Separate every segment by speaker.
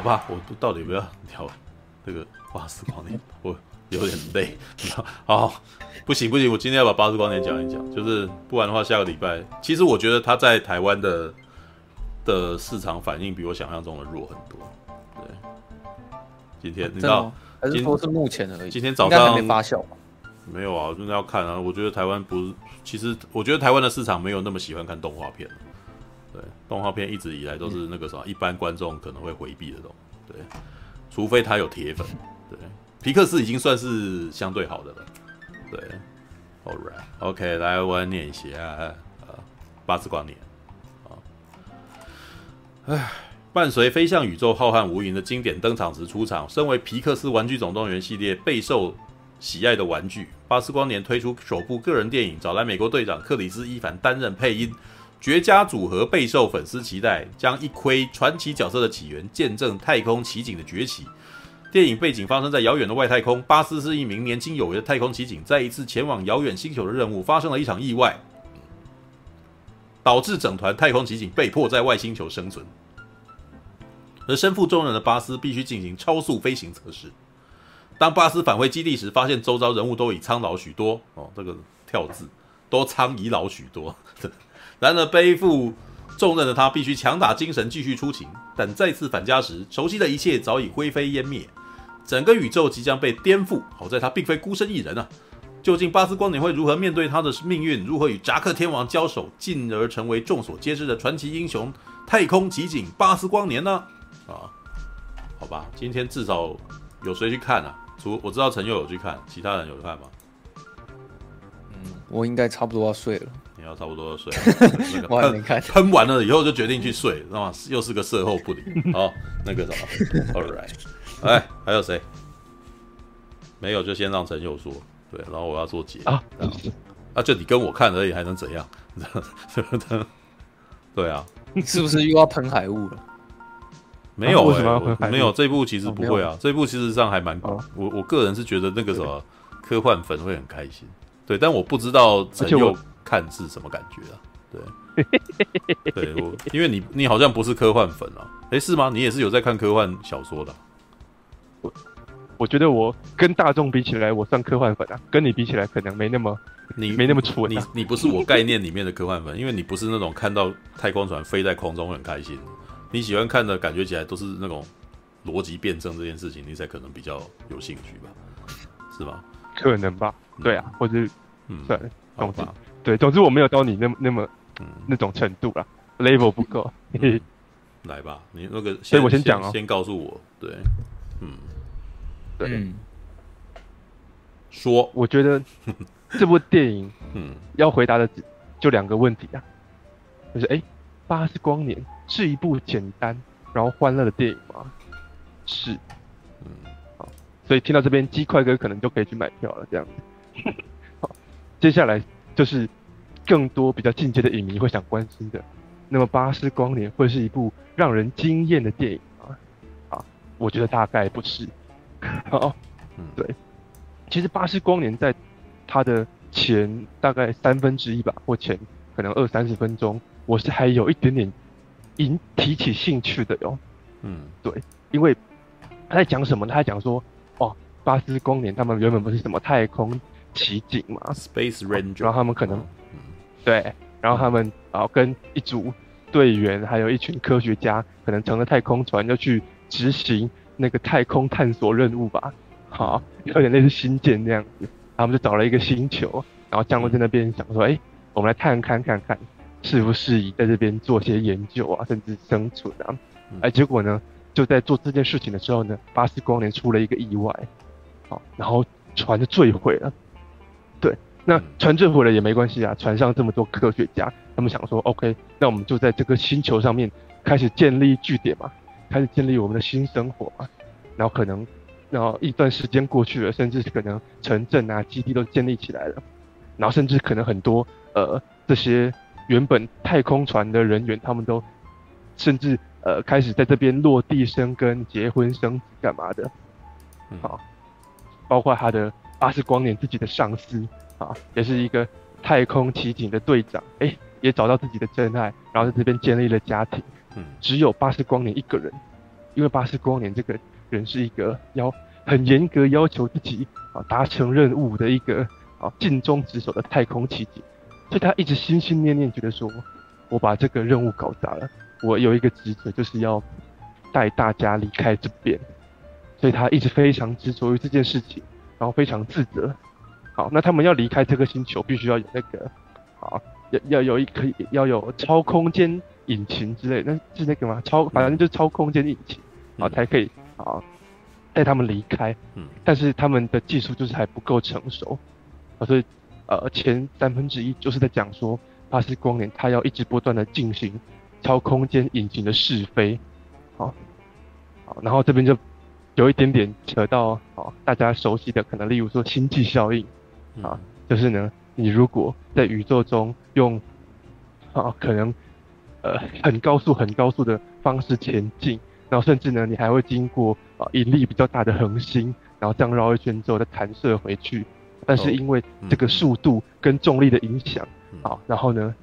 Speaker 1: 吧，我到底要不要聊这个巴斯光年？我有点累。好，不行，我今天要把巴斯光年讲一讲，就是不然的话，下个礼拜，其实我觉得他在台湾的市场反应比我想象中的弱很多。对，今天你知道，
Speaker 2: 还是说是目前而已？
Speaker 1: 今天早上
Speaker 2: 还没发酵吧？
Speaker 1: 没有啊，真的要看啊。我觉得台湾不是，其实我觉得台湾的市场没有那么喜欢看动画片。对，动画片一直以来都是那个啥，一般观众可能会回避的东西。对，除非他有铁粉。对，皮克斯已经算是相对好的了。对 ，All right，OK， 来我来念一下巴斯光年。伴随飞向宇宙浩瀚无垠的经典登场时出场，身为皮克斯玩具总动员系列备受喜爱的玩具，巴斯光年推出首部个人电影，找来美国队长克里斯·伊凡担任配音，绝佳组合备受粉丝期待，将一窥传奇角色的起源，见证太空奇景的崛起。电影背景发生在遥远的外太空，巴斯是一名年轻有为的太空奇景，在一次前往遥远星球的任务发生了一场意外，导致整团太空奇景被迫在外星球生存。而身负重任的巴斯必须进行超速飞行测试。当巴斯返回基地时，发现周遭人物都已苍老许多。这个跳字都苍已老许多。然而背负重任的他必须强打精神继续出勤，但再次返家时，熟悉的一切早已灰飞烟灭，整个宇宙即将被颠覆。好在他并非孤身一人啊！究竟巴斯光年会如何面对他的命运？如何与扎克天王交手，进而成为众所皆知的传奇英雄太空奇景巴斯光年呢？好吧，今天至少有谁去看啊？除我知道陈佑有去看，其他人有看吗？
Speaker 2: 我应该差不多要睡了。
Speaker 1: 你要差不多要睡了。
Speaker 2: 我还没看。
Speaker 1: 喷完了以后就决定去睡，知道吗？又是个事后不理。好，那个什么 ，All right， 还有谁？没有就先让陈佑说。对，然后我要做结就你跟我看而已，还能怎样？对啊，
Speaker 2: 是不是又要喷海雾了？
Speaker 1: 没有
Speaker 3: 为什么要喷海雾？
Speaker 1: 没有，这部其实不会啊。这部其实上还蛮我个人是觉得那个什么科幻粉会很开心。对，但我不知道陈佑看是什么感觉啊？对，对因为你好像不是科幻粉啊？是吗？你也是有在看科幻小说的
Speaker 3: 我觉得我跟大众比起来，我算科幻粉啊，跟你比起来可能没那么蠢啊。
Speaker 1: 你不是我概念里面的科幻粉，因为你不是那种看到太空船飞在空中会很开心。你喜欢看的感觉起来都是那种逻辑辩证这件事情，你才可能比较有兴趣吧？是吗？
Speaker 3: 可能吧，对啊，或者算了，总之我没有到你那么那种程度啦 ，level 不够。
Speaker 1: 来吧，你那个，
Speaker 3: 所以我先讲哦，
Speaker 1: 先告诉我，对，
Speaker 3: 对，
Speaker 1: 说，
Speaker 3: 我觉得这部电影，要回答的就2个问题啊，就是巴斯光年是一部简单然后欢乐的电影吗？是，好，所以听到这边鸡块哥可能就可以去买票了，这样子。好，接下来就是更多比较进阶的影迷会想关心的，那么巴斯光年会是一部让人惊艳的电影吗？我觉得大概不是。对，其实巴斯光年在它的前大概1/3吧，或前可能20-30分钟，我是还有一点点提起兴趣的哟。对，因为他在讲什么？他在讲说，巴斯光年他们原本不是什么太空奇景嘛
Speaker 1: ，Space Ranger，
Speaker 3: 然后他们可能，对，然后他们跟一组队员还有一群科学家，可能乘了太空船要去执行那个太空探索任务吧。好，有点类似星舰那样子，然后他们就找了一个星球，然后降落在那边，想说，我们来看看适不适宜在这边做些研究啊，甚至生存啊。结果呢，就在做这件事情的时候呢，巴斯光年出了一个意外，然后船就坠毁了。对，那船坠毁了也没关系啊，船上这么多科学家，他们想说 ，OK， 那我们就在这个星球上面开始建立据点嘛，开始建立我们的新生活嘛，然后一段时间过去了，甚至可能城镇啊、基地都建立起来了，然后甚至可能很多这些原本太空船的人员，他们都甚至开始在这边落地生根、结婚生子干嘛的，好，包括他的巴斯光年自己的上司也是一个太空奇景的队长，也找到自己的真爱，然后在这边建立了家庭。只有巴斯光年一个人因为巴斯光年这个人是一个很严格要求自己达成任务的一个尽忠职守的太空奇迹，所以他一直心心念念觉得说，我把这个任务搞砸了，我有一个职责就是要带大家离开这边，所以他一直非常执着于这件事情，然后非常自责。好，那他们要离开这个星球，必须要有那个要有超空间引擎之类的，那是那个吗？反正就是超空间引擎才可以带他们离开。但是他们的技术就是还不够成熟，所以前1/3就是在讲说，巴斯光年他要一直不断的进行超空间引擎的试飞。好，然后这边就有一点点扯到大家熟悉的，可能例如说星际效应就是呢，你如果在宇宙中用可能很高速的方式前进，然后甚至呢你还会经过引力比较大的恒星，然后这样绕一圈之后再弹射回去，但是因为这个速度跟重力的影响，然后呢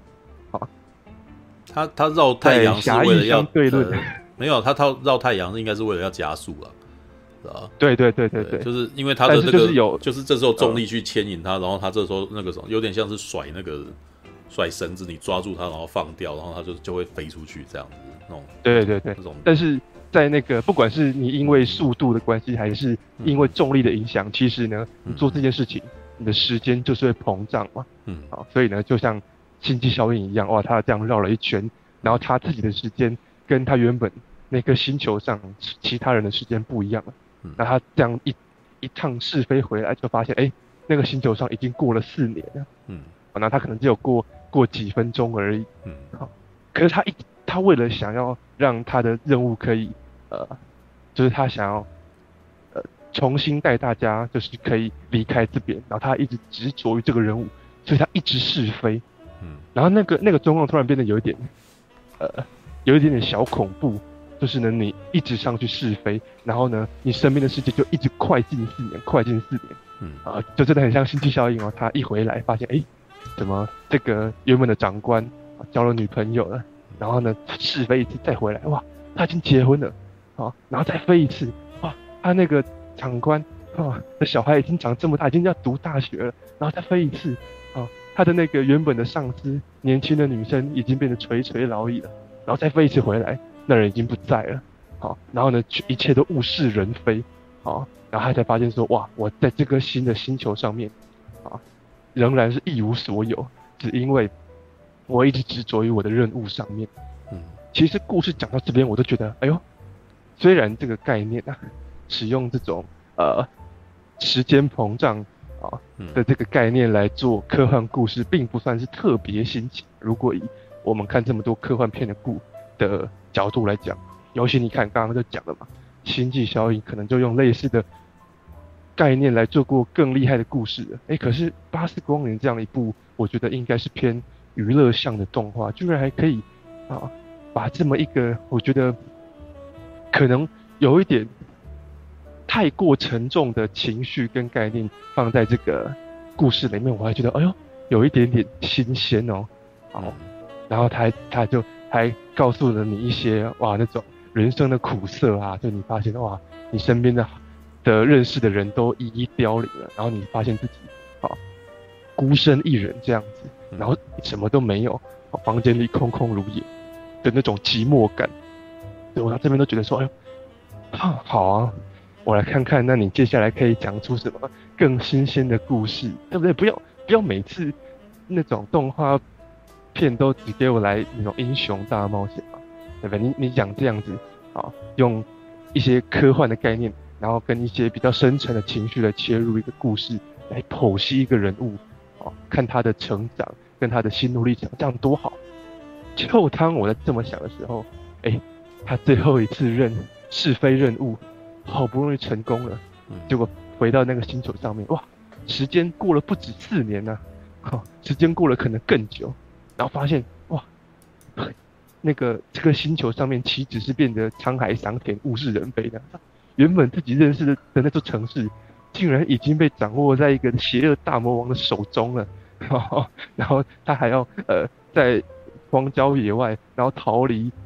Speaker 1: 他绕太阳是为了要
Speaker 3: 对论
Speaker 1: 没有，他绕太阳应该是为了要加速了。
Speaker 3: 对，
Speaker 1: 就是因为他的那个，
Speaker 3: 就是
Speaker 1: 这时候重力去牵引他，然后他这时候那个什么，有点像是甩绳子，你抓住它，然后放掉，然后它就会飞出去这样子那种。
Speaker 3: 对，
Speaker 1: 那种。
Speaker 3: 但是在那个不管是你因为速度的关系，还是因为重力的影响，其实呢，你做这件事情，你的时间就是会膨胀嘛。所以呢，就像星际效应一样，哇，他这样绕了一圈，然后他自己的时间跟他原本那个星球上其他人的时间不一样了。那他这样一趟试飞回来，就发现那个星球上已经过了4年了。那他可能只有过几分钟而已。可是他为了想要让他的任务可以就是他想要重新带大家就是可以离开这边，然后他一直执着于这个任务，所以他一直试飞。然后那个状况突然变得有一点点小恐怖。就是呢，你一直上去试飞，然后呢，你身边的世界就一直快进4年，就真的很像星际效应哦。他一回来发现，怎么这个原本的长官交了女朋友了，然后呢试飞一次再回来，哇，他已经结婚了，然后再飞一次，哇，他那个长官的小孩已经长这么大，已经要读大学了，然后再飞一次，他的那个原本的上司年轻的女生已经变得垂垂老矣了，然后再飞一次回来。那人已经不在了，然后呢，一切都物是人非，然后他才发现说，哇，我在这个新的星球上面，仍然是一无所有，只因为我一直执着于我的任务上面。其实故事讲到这边，我都觉得，虽然这个概念使用这种时间膨胀的这个概念来做科幻故事，并不算是特别新奇。如果以我们看这么多科幻片的角度来讲，尤其你看刚刚就讲了嘛，星际效应可能就用类似的概念来做过更厉害的故事了。可是巴斯光年这样一部，我觉得应该是偏娱乐向的动画，居然还可以把这么一个我觉得可能有一点太过沉重的情绪跟概念放在这个故事里面，我还觉得有一点点新鲜哦。然后他就还告诉了你一些那种人生的苦涩啊，就你发现你身边的认识的人都一一凋零了，然后你发现自己孤身一人这样子，然后什么都没有，房间里空空如也的那种寂寞感。我到这边都觉得说，好啊，我来看看，那你接下来可以讲出什么更新鲜的故事，对不对？不要每次那种动画片都只给我来那种英雄大冒险嘛，对不对？你讲这样子用一些科幻的概念，然后跟一些比较深沉的情绪来切入一个故事，来剖析一个人物，看他的成长跟他的心路历程，这样多好。就当我在这么想的时候，他最后一次试飞任务好不容易成功了，结果回到那个星球上面，哇，时间过了不止4年啊，时间过了可能更久。然后发现哇，这个星球上面岂止是变得沧海桑田、物是人非的，原本自己认识的那座城市，竟然已经被掌握在一个邪恶大魔王的手中了。然后他还要在荒郊野外，然后逃离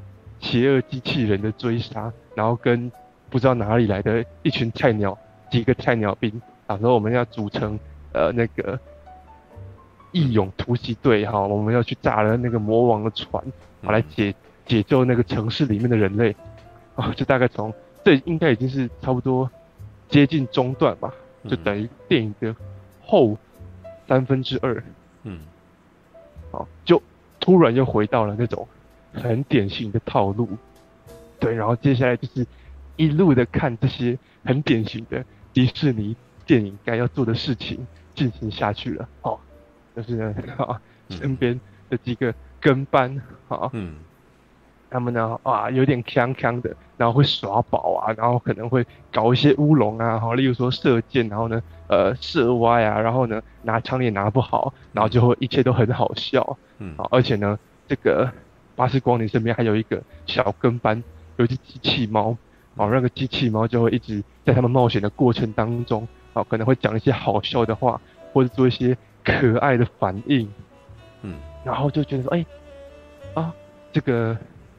Speaker 3: 邪恶机器人的追杀，然后跟不知道哪里来的一群菜鸟，几个菜鸟兵，然后我们要组成那个义勇突击队哈，我们要去炸了那个魔王的船，好来解救那个城市里面的人类啊，就大概从这应该已经是差不多接近中段吧，就等于电影的后2/3，好，就突然又回到了那种很典型的套路，对，然后接下来就是一路的看这些很典型的迪士尼电影该要做的事情进行下去了，哦，就是呢，身边的几个跟班，他们呢有点锵锵的，然后会耍宝啊，然后可能会搞一些乌龙啊，例如说射箭，然后呢射歪啊，然后呢拿枪也拿不好，然后就会一切都很好笑，而且呢这个巴斯光年身边还有一个小跟班，有一只机器猫，那个机器猫就会一直在他们冒险的过程当中，可能会讲一些好笑的话，或者做一些可爱的反应，然后就觉得说，这个。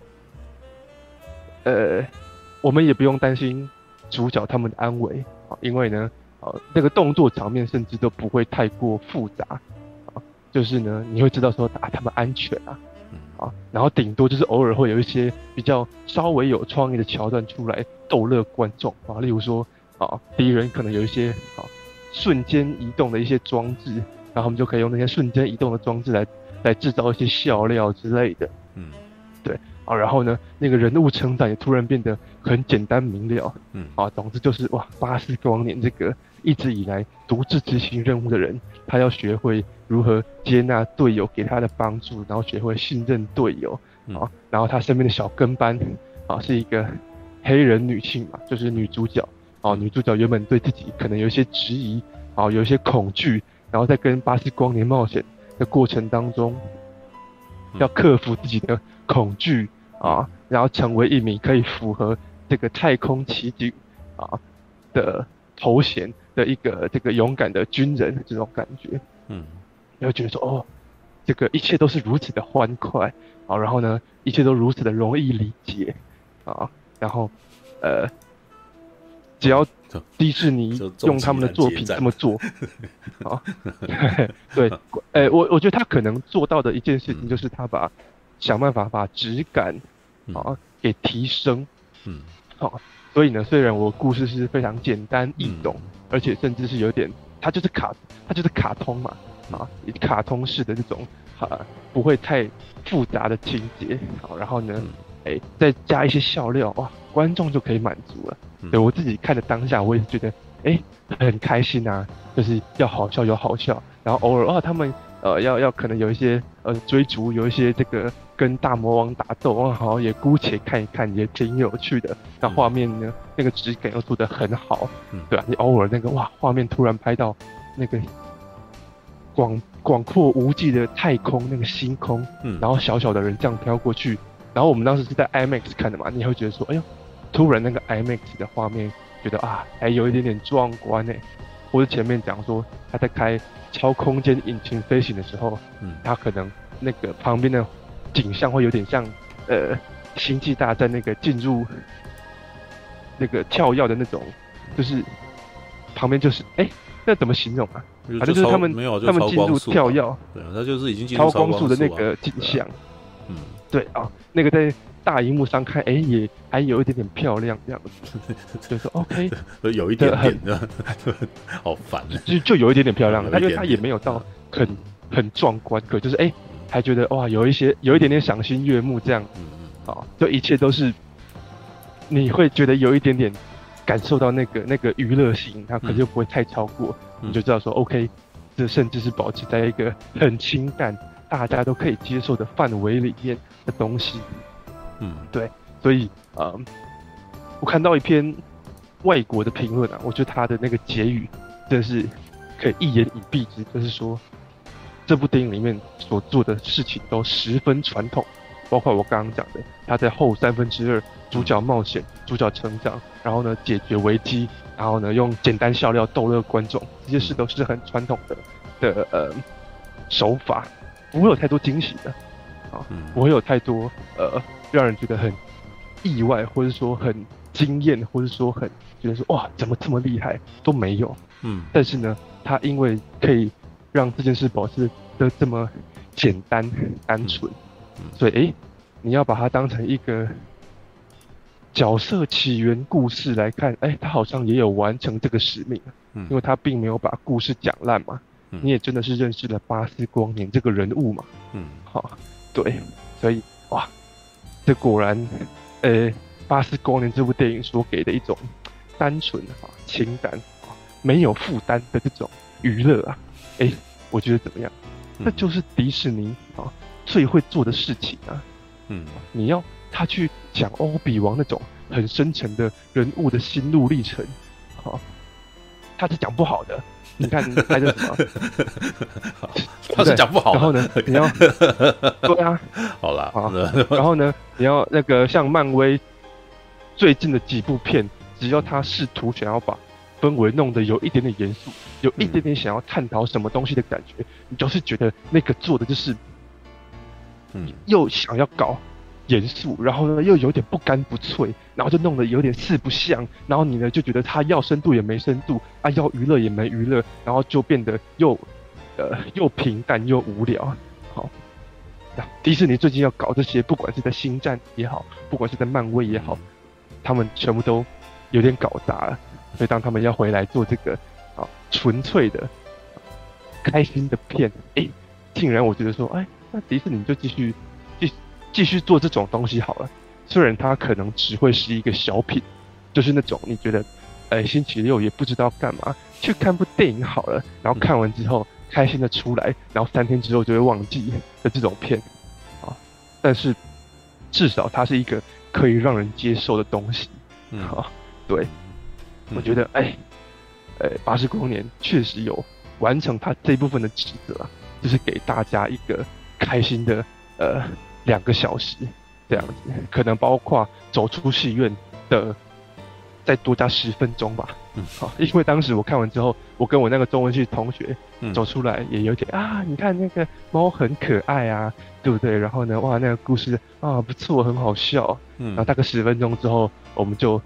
Speaker 3: 我们也不用担心主角他们的安危啊，因为呢，那个动作场面甚至都不会太过复杂啊，就是呢，你会知道说他们安全啊，然后顶多就是偶尔会有一些比较稍微有创意的桥段出来逗乐观众啊，例如说敌人可能有一些瞬间移动的一些装置，然后他们就可以用那些瞬间移动的装置来制造一些笑料之类的，对。然后呢，那个人物成长也突然变得很简单明了，总之就是巴斯光年这个一直以来独自执行任务的人，他要学会如何接纳队友给他的帮助，然后学会信任队友，然后他身边的小跟班，是一个黑人女性嘛，就是女主角，女主角原本对自己可能有一些质疑，有一些恐惧，然后在跟巴斯光年冒险的过程当中，要克服自己的恐惧。然后成为一名可以符合这个太空奇景的头衔的一个这个勇敢的军人，这种感觉，然后觉得说这个一切都是如此的欢快然后呢，一切都如此的容易理解然后只要迪士尼用他们的作品这么做对，我觉得他可能做到的一件事情就是他想办法把质感给提升，所以呢，虽然我故事是非常简单易懂，而且甚至是有点，它就是卡通嘛，卡通式的这种不会太复杂的情节，然后呢，再加一些笑料，观众就可以满足了。对我自己看的当下，我也是觉得很开心啊，就是要好笑有好笑，然后偶尔他们要可能有一些追逐，有一些这个跟大魔王打斗，好也姑且看一看，也挺有趣的。那画面呢，那个质感又做得很好，对啊，你偶尔那个画面突然拍到那个广阔无际的太空那个星空，然后小小的人这样飘过去，然后我们当时是在 IMAX 看的嘛，你会觉得说，哎呦，突然那个 IMAX 的画面，觉得还有一点点壮观或者前面讲说他在开超空间引擎飞行的时候，他可能那个旁边的景象会有点像星际大战那个进入那个跳跃的那种，就是旁边就是那怎么形容啊？反正就是他们进入跳跃，
Speaker 1: 对，他就是已经进入
Speaker 3: 超光速的那个景象，对那个在大荧幕上看，也还有一点点漂亮这样子，就说 OK，
Speaker 1: 有一点点，好烦，
Speaker 3: 就有一点点漂亮，但因为它也没有到很壮观，可就是还觉得有一点点赏心悦目这样，就一切都是你会觉得有一点点感受到那个娱乐性，它可能就不会太超过，你就知道说 OK， 这甚至是保持在一个很清淡、大家都可以接受的范围里面的东西。对，所以我看到一篇外国的评论我觉得他的那个结语真的是可以一言以蔽之，就是说这部电影里面所做的事情都十分传统，包括我刚刚讲的，他在后2/3，主角冒险，主角成长，然后呢解决危机，然后呢用简单笑料逗乐观众，这些事都是很传统的手法，不会有太多惊喜的不会有太多让人觉得很意外，或者说很惊艳，或者说很觉得说哇怎么这么厉害都没有。但是呢，他因为可以让这件事保持的这么简单单纯，所以你要把它当成一个角色起源故事来看，他好像也有完成这个使命，因为他并没有把故事讲烂嘛，你也真的是认识了巴斯光年这个人物嘛，好，对，所以哇，这果然，巴斯光年这部电影所给的一种单纯情感没有负担的这种娱乐啊，我觉得怎么样？那就是迪士尼最会做的事情啊，你要他去讲欧比王那种很深沉的人物的心路历程，他是讲不好的。你看拍的什么？
Speaker 1: 他是讲不好的。
Speaker 3: 然后呢，你要对啊，
Speaker 1: 好啦，
Speaker 3: 然后呢，你要那个像漫威最近的几部片，只要他试图想要把氛围弄得有一点点严肃，有一点点想要探讨什么东西的感觉，你就是觉得那个做的就是，又想要搞严肃，然后呢又有点不干不脆，然后就弄得有点四不像，然后你呢就觉得他要深度也没深度啊，要娱乐也没娱乐，然后就变得又平淡又无聊。好，那迪士尼最近要搞这些，不管是在星战也好，不管是在漫威也好，他们全部都有点搞砸了。所以当他们要回来做这个纯粹的开心的片，竟然我觉得说，那迪士尼就继续做这种东西好了。虽然它可能只会是一个小品，就是那种你觉得，星期六也不知道干嘛，去看部电影好了，然后看完之后开心的出来，然后3天之后就会忘记的这种片但是至少它是一个可以让人接受的东西对。我觉得，巴斯光年确实有完成他这一部分的职责啊，就是给大家一个开心的2个小时这样子，可能包括走出戏院的再多加10分钟吧。因为当时我看完之后，我跟我那个中文系同学走出来也有点你看那个猫很可爱啊，对不对？然后呢，哇，那个故事不错，很好笑。然后大概10分钟之后，我们就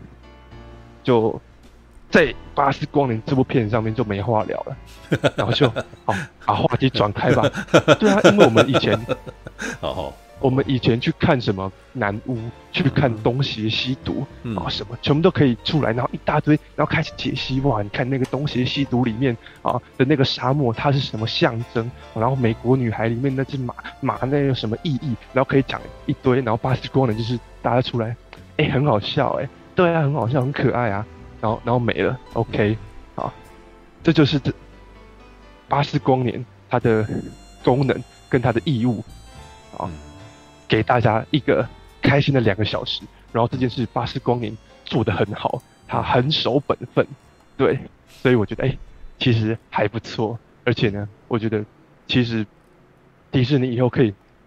Speaker 3: 在巴斯光年这部片上面就没话聊了，然后就把话题转开吧。对啊，因为我们以前去看什么南屋，去看东邪西毒什么，全部都可以出来，然后一大堆，然后开始解析。哇，你看那个东邪西毒里面的那个沙漠，它是什么象征？然后美国女孩里面那只马那有什么意义？然后可以讲一堆。然后巴斯光年就是大家出来，很好笑对啊，很好笑，很可爱啊。然后没了 ，OK， 这就是巴斯光年它的功能跟它的义务给大家一个开心的2个小时。然后这件事巴斯光年做得很好，他很守本分，对，所以我觉得其实还不错。而且呢，我觉得其实迪士尼以后可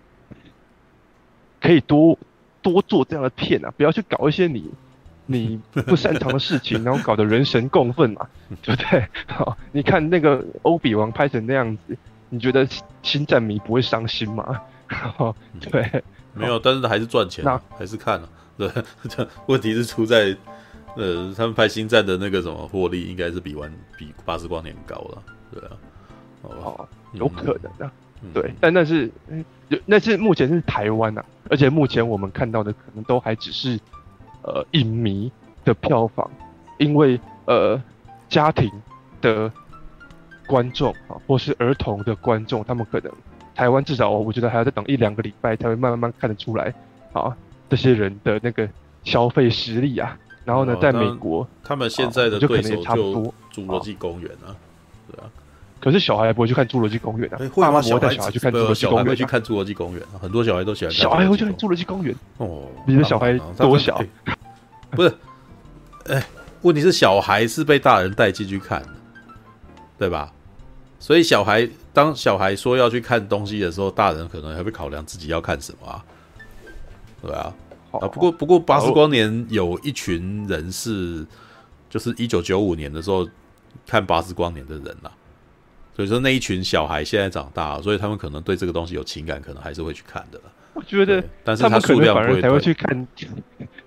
Speaker 3: 以多做这样的片啊，不要去搞一些你不擅长的事情，然后搞得人神共愤嘛，对不对？你看那个欧比王拍成那样子，你觉得星战迷不会伤心吗？对，
Speaker 1: 没有，但是还是赚钱，还是看对，问题是出在他们拍星战的那个什么获利，应该是比巴斯光年高了，对啊，
Speaker 3: 有可能对，但那是目前是台湾而且目前我们看到的可能都还只是。影迷的票房，因为家庭的观众或是儿童的观众，他们可能台湾至少我觉得还要再等1-2个礼拜才会慢慢看得出来这些人的那个消费实力啊。然后呢，在美国，
Speaker 1: 他们现在的对手就侏罗纪公园对啊。
Speaker 3: 可是小孩不会去看侏罗纪公园爸妈不会带小孩去看侏罗纪公园
Speaker 1: 会去看侏罗纪公园很多小孩都喜欢看。
Speaker 3: 小孩会去看侏罗纪公园你的小孩多小？
Speaker 1: 不是，问题是小孩是被大人带进去看的，对吧？所以当小孩说要去看东西的时候，大人可能还会考量自己要看什么对啊。不过巴斯光年有一群人是，就是1995年的时候看巴斯光年的人所以说那一群小孩现在长大了，所以他们可能对这个东西有情感，可能还是会去看的。
Speaker 3: 我觉得，
Speaker 1: 但是他数量不会
Speaker 3: 才会去看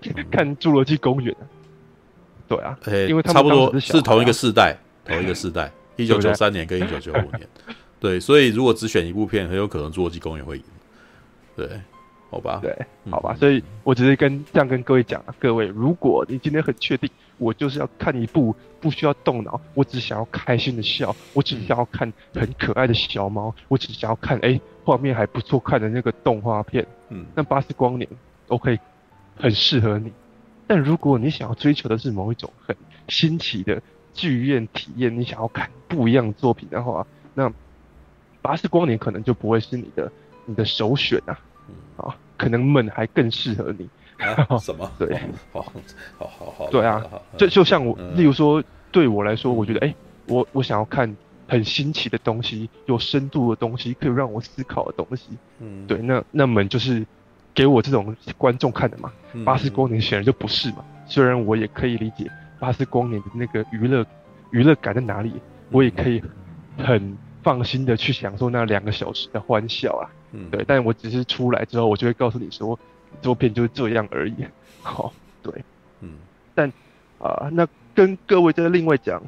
Speaker 3: 看侏罗纪公园。对啊，因为他们
Speaker 1: 差不多
Speaker 3: 当时是小孩啊
Speaker 1: 是同一个世代，1993年跟1995年，对，所以如果只选一部片，很有可能侏罗纪公园会赢，对，好吧，
Speaker 3: 对，好吧，所以我只是这样跟各位讲啊，各位，如果你今天很确定，我就是要看一部不需要动脑，我只想要开心的笑，我只想要看很可爱的小猫，我只想要看画面还不错看的那个动画片，那巴斯光年都可以很适合你。但如果你想要追求的是某一种很新奇的剧院体验，你想要看不一样的作品的话，那巴斯光年可能就不会是你的首选啊，可能梦还更适合你。
Speaker 1: 什么？
Speaker 3: 对，
Speaker 1: 好，
Speaker 3: 对啊，就像我，例如说，对我来说，我觉得，我想要看很新奇的东西，有深度的东西，可以让我思考的东西。对，那门就是给我这种观众看的嘛。巴斯光年显然就不是嘛。虽然我也可以理解巴斯光年的那个娱乐感在哪里，我也可以很放心的去享受那2个小时的欢笑啊。对，但我只是出来之后，我就会告诉你说，这部片就是这样而已。好，对，但那跟各位再另外讲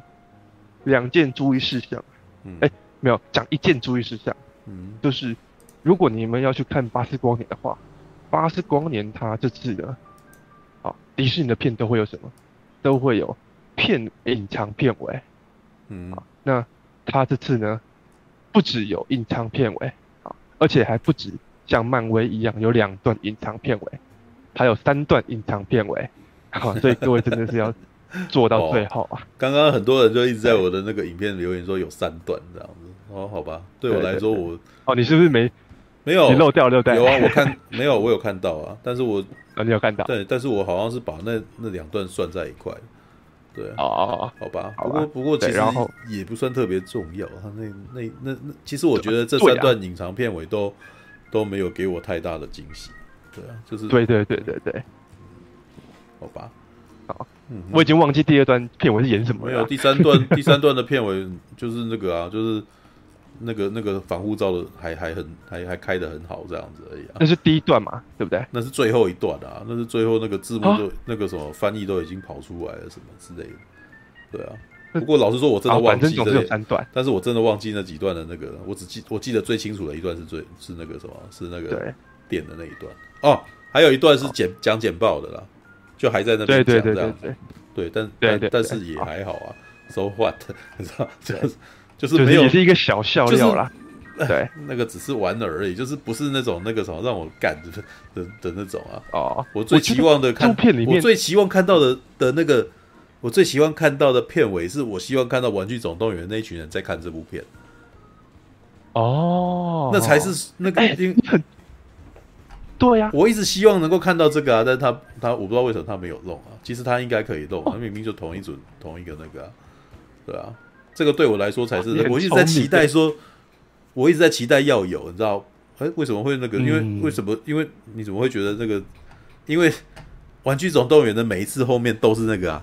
Speaker 3: 2件注意事项。没有讲1件注意事项。就是如果你们要去看巴斯光年的话，巴斯光年它这次的迪士尼的片都会有什么？都会有隐藏片尾。那它这次呢，不只有隐藏片尾，而且还不止像漫威一样有2段隐藏片尾，还有3段隐藏片尾。所以各位真的是要做到最好啊！
Speaker 1: 刚刚很多人就一直在我的那个影片留言说有3段这样子。好吧，对我来说
Speaker 3: 你是不是没有？你漏掉了对不对？
Speaker 1: 有啊，我有看到啊，但是
Speaker 3: 你有看到？
Speaker 1: 对，但是我好像是把那2段算在一块。对，
Speaker 3: 好
Speaker 1: 吧。不过其实也不算特别重要。他那其实我觉得这3段隐藏片尾都没有给我太大的惊喜。对啊，就是
Speaker 3: 对。
Speaker 1: 好吧。
Speaker 3: 我已经忘记第2段片尾是演什么了。
Speaker 1: 没有第三段的片尾就是那个啊，就是那个防护罩的还开得很好这样子而已啊。
Speaker 3: 那是第1段嘛，对不对？
Speaker 1: 那是最后一段啊，那是最后那个字幕都那个什么翻译都已经跑出来了什么之类的。对啊，不过老实说，我真的忘记
Speaker 3: 反正总是有3段，
Speaker 1: 但是我真的忘记那几段的那个，我记得最清楚的一段是那个什么，是那个电的那一段哦，还有一段是讲简报的啦，就还在那边讲这样子。对，但是也还好啊 ，so what， 你知道，就是没有，
Speaker 3: 也是一个小笑料啦。对，
Speaker 1: 那个只是玩而已，就是不是那种那个什么让我干的那种啊。我
Speaker 3: 最
Speaker 1: 期望的看
Speaker 3: 片里面，
Speaker 1: 我最期望看到的那个，我最喜欢看到的片尾是我希望看到《玩具总动员》那一群人在看这部片。那才是那个
Speaker 3: 对呀，
Speaker 1: 我一直希望能够看到这个啊，但是他我不知道为什么他没有弄啊。其实他应该可以弄，他明明就同一个那个啊，对啊，这个对我来说才是，我一直在期待说，我一直在期待要有，你知道，为什么会那个？因为你怎么会觉得那个？因为《玩具总动员》的每一次后面都是那个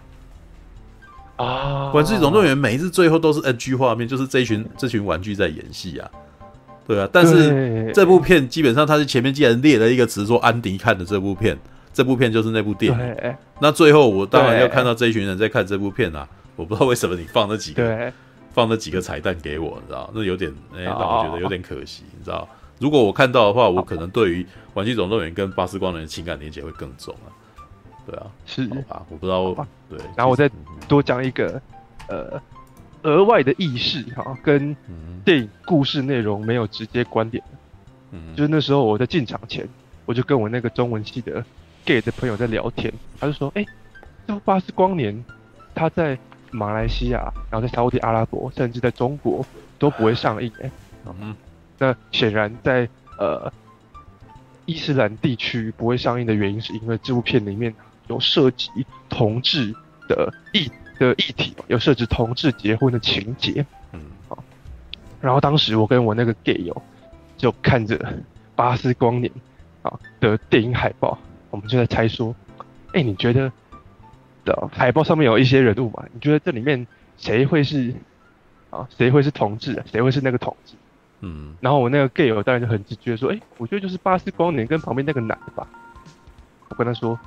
Speaker 1: 《玩具总动员》每一次最后都是 NG 画面，就是这群玩具在演戏啊。对啊，但是这部片基本上它是前面既然列了一个词说安迪看的这部片就是那部电影。那最后我当然要看到这一群人在看这部片啊，我不知道为什么你放那几个彩蛋给我，你知道，那有点让我觉得有点可惜，你知道。如果我看到的话，我可能对于《玩具总动员》跟巴斯光年的情感连结会更重啊。对啊，
Speaker 3: 是
Speaker 1: 好吧，我不知道。对，
Speaker 3: 然后我再多讲一个额外的意识跟电影故事内容没有直接关联。就是那时候我在进场前，我就跟我那个中文系的 gay 的朋友在聊天，他就说：“这部巴斯光年，他在马来西亚，然后在沙特阿拉伯，甚至在中国都不会上映。”那显然在伊斯兰地区不会上映的原因，是因为这部片里面有涉及同志的议题，有涉及同志结婚的情节。然后当时我跟我那个 gay 友就看着巴斯光年的电影海报，我们就在猜说，你觉得的海报上面有一些人物嘛？你觉得这里面谁会是同志，谁会是那个同志？然后我那个 gay 友当然就很直觉说，我觉得就是巴斯光年跟旁边那个男的吧。我跟他说，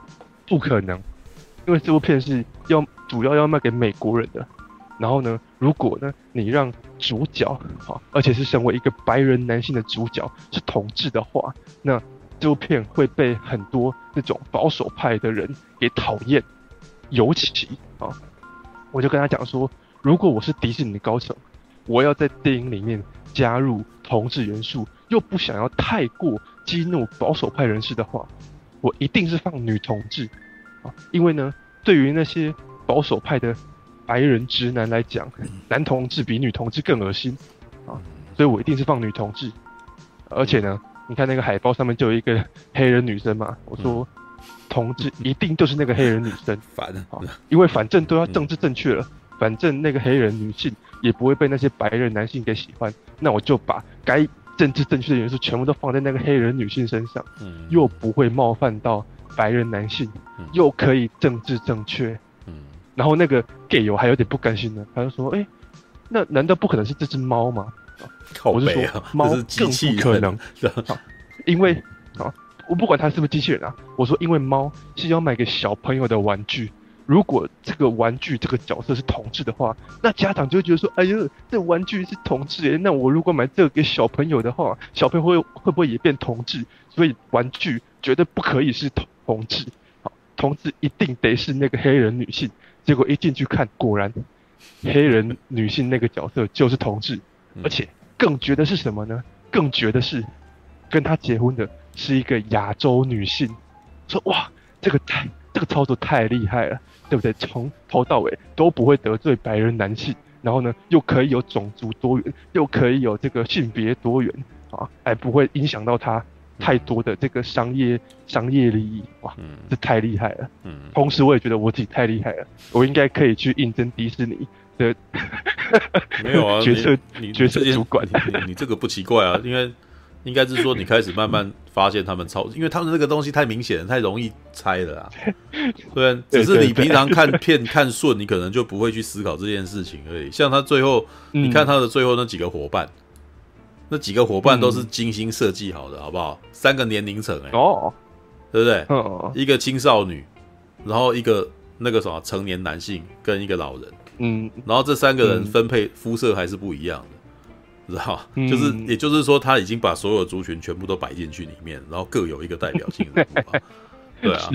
Speaker 3: 不可能，因为这部片是主要要卖给美国人的。然后呢，如果呢你让主角而且是身为一个白人男性的主角是同志的话，那这部片会被很多那种保守派的人给讨厌。尤其我就跟他讲说，如果我是迪士尼的高层，我要在电影里面加入同志元素，又不想要太过激怒保守派人士的话，我一定是放女同志因为呢，对于那些保守派的白人直男来讲，男同志比女同志更恶心所以我一定是放女同志。而且呢，你看那个海报上面就有一个黑人女生嘛，我说同志一定就是那个黑人女生，
Speaker 1: 烦
Speaker 3: 因为反正都要政治正确了，反正那个黑人女性也不会被那些白人男性给喜欢，那我就把该政治正确的元素全部都放在那个黑人女性身上，又不会冒犯到白人男性，又可以政治正确。然后那个 gay 友还有点不甘心呢，他就说：“那难道不可能是这只猫吗？”我就说：“猫更不可能，因为我不管它是不是机器人我说因为猫是要买给小朋友的玩具。如果这个玩具这个角色是同志的话，那家长就会觉得说，哎呦，这玩具是同志那我如果买这个给小朋友的话，小朋友会不会也变同志？所以玩具绝对不可以是同志，同志一定得是那个黑人女性。结果一进去看，果然黑人女性那个角色就是同志，而且更绝的是什么呢？更绝的是跟他结婚的是一个亚洲女性。说哇，这个操作太厉害了，对不对？从头到尾都不会得罪白人男性，然后呢又可以有种族多元，又可以有这个性别多元还不会影响到他太多的这个商业利益。哇，这太厉害了。同时我也觉得我自己太厉害了，我应该可以去应征迪士尼的
Speaker 1: 没有啊，
Speaker 3: 角色主管。
Speaker 1: 你这个不奇怪啊，因为应该是说你开始慢慢发现他们因为他们那个东西太明显了，太容易猜了啊。对，只是你平常看片看顺，你可能就不会去思考这件事情而已。像他最后，你看他的最后那几个伙伴，那几个伙伴都是精心设计好的，好不好？3个年龄层对不对？一个青少女，然后一个那个什么成年男性跟一个老人，然后这3个人分配肤色还是不一样的。知道，也就是说，他已经把所有族群全部都摆进去里面，然后各有一个代表性的人物对啊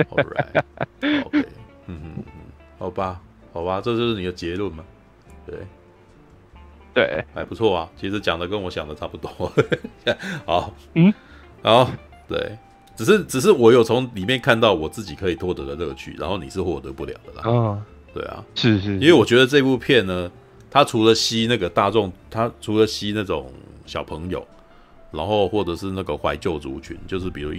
Speaker 1: ，All right，OK， 好吧，这就是你的结论嘛？对，还不错啊，其实讲的跟我想的差不多。好，好，对，只是我有从里面看到我自己可以获得的乐趣，然后你是获得不了的啦。对啊，
Speaker 3: 是，
Speaker 1: 因为我觉得这部片呢。他除了吸那个大众，他除了吸那种小朋友，然后或者是那个怀旧族群，就是比如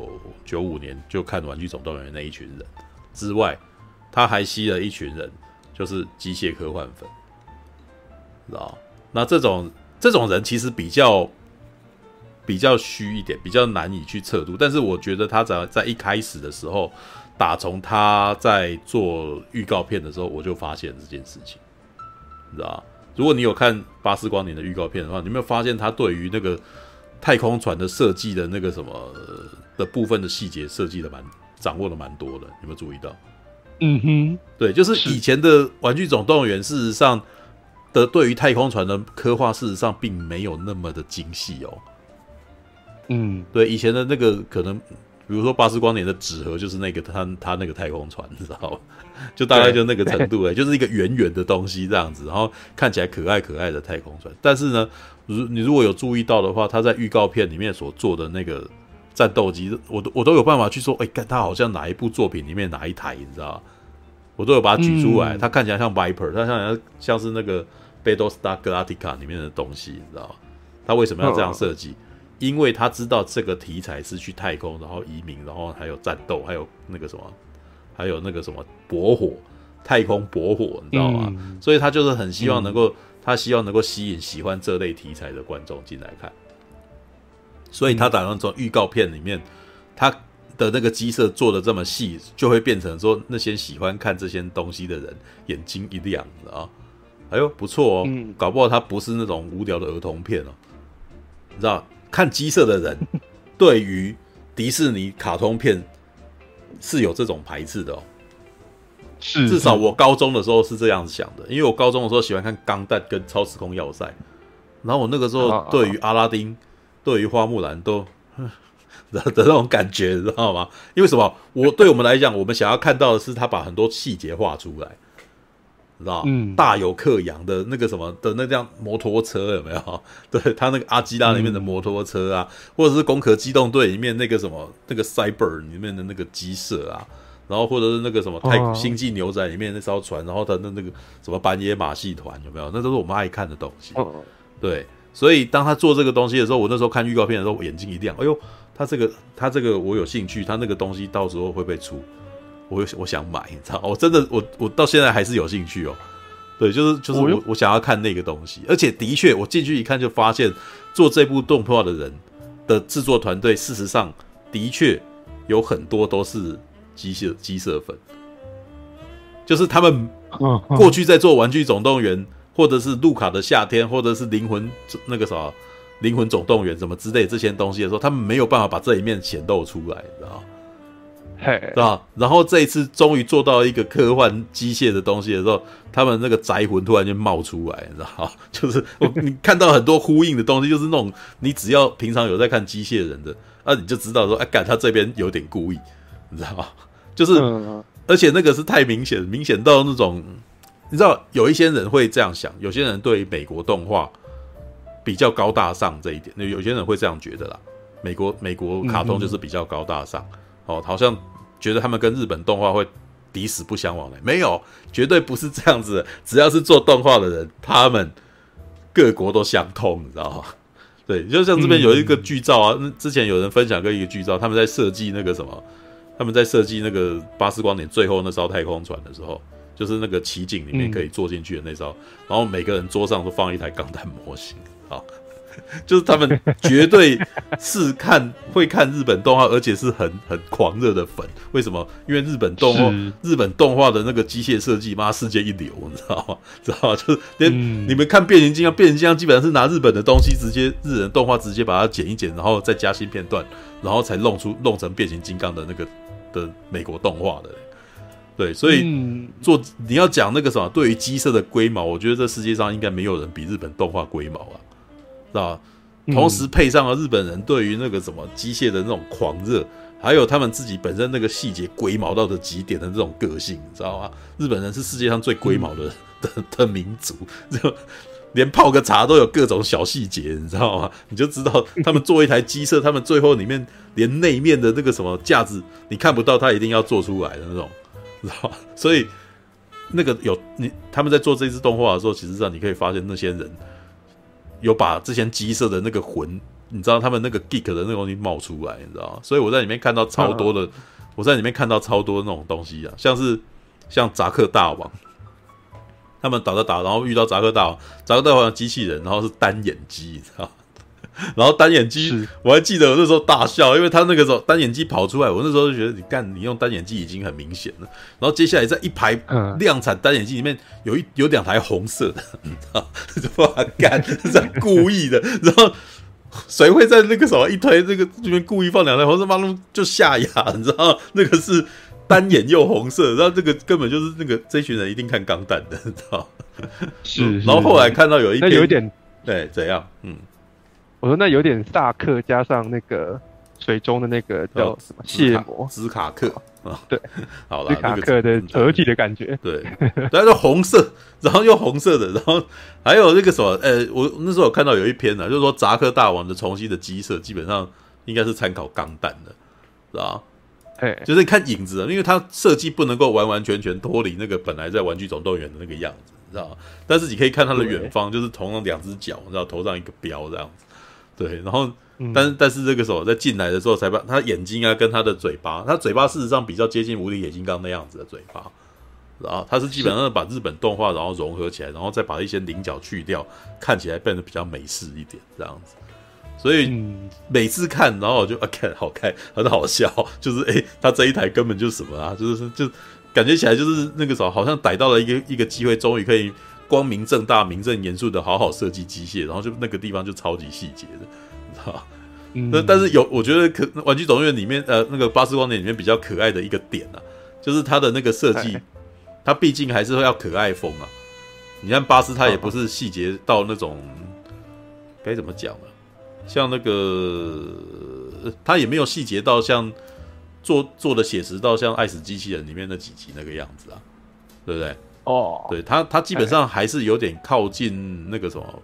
Speaker 1: 1995年就看《玩具总动员》那一群人之外，他还吸了一群人，就是机械科幻粉，知道？那这种人其实比较虚一点，比较难以去测度。但是我觉得他在一开始的时候，打从他在做预告片的时候，我就发现这件事情。你知道，如果你有看巴斯光年的预告片的话，你有没有发现他对于那个太空船的设计的那个什么的部分的细节设计的掌握的蛮多的？有没有注意到？对，就是以前的《玩具总动员》，事实上的对于太空船的刻画，事实上并没有那么的精细哦。对，以前的那个可能，比如说巴斯光年的纸盒，就是那个他那个太空船，你知道吗？就大概就那个程度就是一个圆圆的东西这样子，然后看起来可爱可爱的太空船。但是呢，你如果有注意到的话，他在预告片里面所做的那个战斗机，我都有办法去说，他好像哪一部作品里面哪一台，你知道吗？我都有把它举出来。它看起来像 Viper， 它像是那个 Battlestar Galactica 里面的东西，你知道吗？他为什么要这样设计？因为他知道这个题材是去太空，然后移民，然后还有战斗，还有那个什么bor火，太空bor火，你知道吗？所以他就是很希望能够，他希望能够吸引喜欢这类题材的观众进来看。所以他打算从预告片里面，他的那个机设做的这么细，就会变成说那些喜欢看这些东西的人眼睛一亮啊，哎呦不错搞不好他不是那种无聊的儿童片你知道？看机设的人对于迪士尼卡通片是有这种排斥的哦。
Speaker 3: 是，
Speaker 1: 至少我高中的时候是这样子想的，因为我高中的时候喜欢看《钢弹》跟《超时空要塞》，然后我那个时候对于阿拉丁、对于花木兰都的那种感觉，你知道吗？因为什么？对我们来讲，我们想要看到的是他把很多细节画出来，你知道吗？大有克洋的那个什么的那辆摩托车有没有？对他那个阿基拉里面的摩托车啊，或者是攻壳机动队里面那个什么那个 Cyber 里面的那个鸡舍啊。然后或者是那个什么星际牛仔里面那艘船，然后他的那个什么板野马戏团有没有？那都是我们爱看的东西。对，所以当他做这个东西的时候，我那时候看预告片的时候，我眼睛一亮，哎呦，他这个我有兴趣，他那个东西到时候会不会出？我想买，你知道，我真的我到现在还是有兴趣哦。对，就是我想要看那个东西，而且的确我进去一看就发现，做这部动画的人的制作团队，事实上的确有很多都是机设粉，就是他们过去在做《玩具总动员》或者是《路卡的夏天》或者是灵魂总动员什么之类这些东西的时候，他们没有办法把这一面显露出来，你知道吗？对吧？然后这一次终于做到一个科幻机械的东西的时候，他们那个宅魂突然间冒出来，你知道吗？就是你看到很多呼应的东西，就是那种你只要平常有在看机械人的，你就知道说，干他这边有点故意，你知道吗？就是，而且那个是太明显到那种，你知道有一些人会这样想，有些人对美国动画比较高大上这一点，有些人会这样觉得啦。美国卡通就是比较高大上，好像觉得他们跟日本动画会抵死不相往来，没有，绝对不是这样子的。只要是做动画的人，他们各国都相通，你知道吗？对，就像这边有一个剧照啊，之前有人分享过一个剧照，他们在设计那个什么。他们在设计那个巴斯光年最后那艘太空船的时候，就是那个奇景里面可以坐进去的那艘，然后每个人桌上都放一台钢弹模型，就是他们绝对是会看日本动画，而且是很狂热的粉。为什么？因为日本动画的那个机械设计，妈世界一流，你知道吗？就是连你们看变形金刚，变形金刚基本上是拿日本的东西日人动画直接把它剪一剪，然后再加新片段，然后才弄成变形金刚的那个的美国动画的。对，所以你要讲那个什么，对于机设的龟毛，我觉得这世界上应该没有人比日本动画龟毛啊。知道吧？同时配上了日本人对于那个什么机械的那种狂热，还有他们自己本身那个细节龟毛到的极点的这种个性，你知道吗？日本人是世界上最龟毛的民族，就连泡个茶都有各种小细节，你知道吗？你就知道他们做一台机设，他们最后里面连内面的那个什么架子你看不到，他一定要做出来的那种，知道吗？所以那个他们在做这支动画的时候，其实上你可以发现那些人。有把之前机设的那个魂，你知道他们那个 geek 的那个东西冒出来，你知道吗？所以我在里面看到超多的，那种东西啊，像扎克大王，他们打，然后遇到扎克大王的机器人，然后是单眼机，你知道吗？然后单眼机，我还记得我那时候大笑，因为他那个时候单眼机跑出来，我那时候就觉得你用单眼机已经很明显了。然后接下来在一排量产单眼机里面有两台红色的，你知道，哇，干是故意的。然后谁会在那个什么一推那个这边故意放两台红色，马路就下哑，你知道，那个是单眼又红色，然后这个根本就是那个这群人一定看钢弹的，你知道。
Speaker 3: 是。
Speaker 1: 然后后来看到有一篇，
Speaker 3: 那有一点
Speaker 1: 对怎样，
Speaker 3: 我说那有点萨克加上那个水中的那个叫什么蟹魔
Speaker 1: 兹卡克啊，对，好了，
Speaker 3: 兹卡克的合体的感觉，
Speaker 1: 对，但是红色，然后又红色的，然后还有那个什么，我那时候有看到有一篇呢，就是说扎克大王的重新的机设基本上应该是参考钢弹的，是吧？就是你看影子，因为它设计不能够完完全全脱离那个本来在玩具总动员的那个样子，你知道吗？但是你可以看它的远方，就是头上两只脚，你知道，头上一个标这样子。对，然后，但是这个时候在进来的时候，才把他眼睛啊跟他的嘴巴，他嘴巴事实上比较接近无敌铁金刚那样子的嘴巴，然后他是基本上把日本动画然后融合起来，然后再把一些棱角去掉，看起来变得比较美式一点这样子。所以每次看，然后我就看好看，很好笑，就是他这一台根本就是什么啊，就感觉起来就是那个时候好像逮到了一个机会，终于可以。光明正大、名正言顺的好好设计机械，然后就那个地方就超级细节的，你知道吗？ 但是我觉得玩具总动员里面那个巴斯光年里面比较可爱的一个点啊，就是它的那个设计，它毕竟还是会要可爱风啊。你看巴斯，它也不是细节到那种该怎么讲呢？像那个它也没有细节到像做的写实到像《爱死机器人》里面那几集那个样子啊，对不对？
Speaker 3: 哦，
Speaker 1: 对，它基本上还是有点靠近那个什么。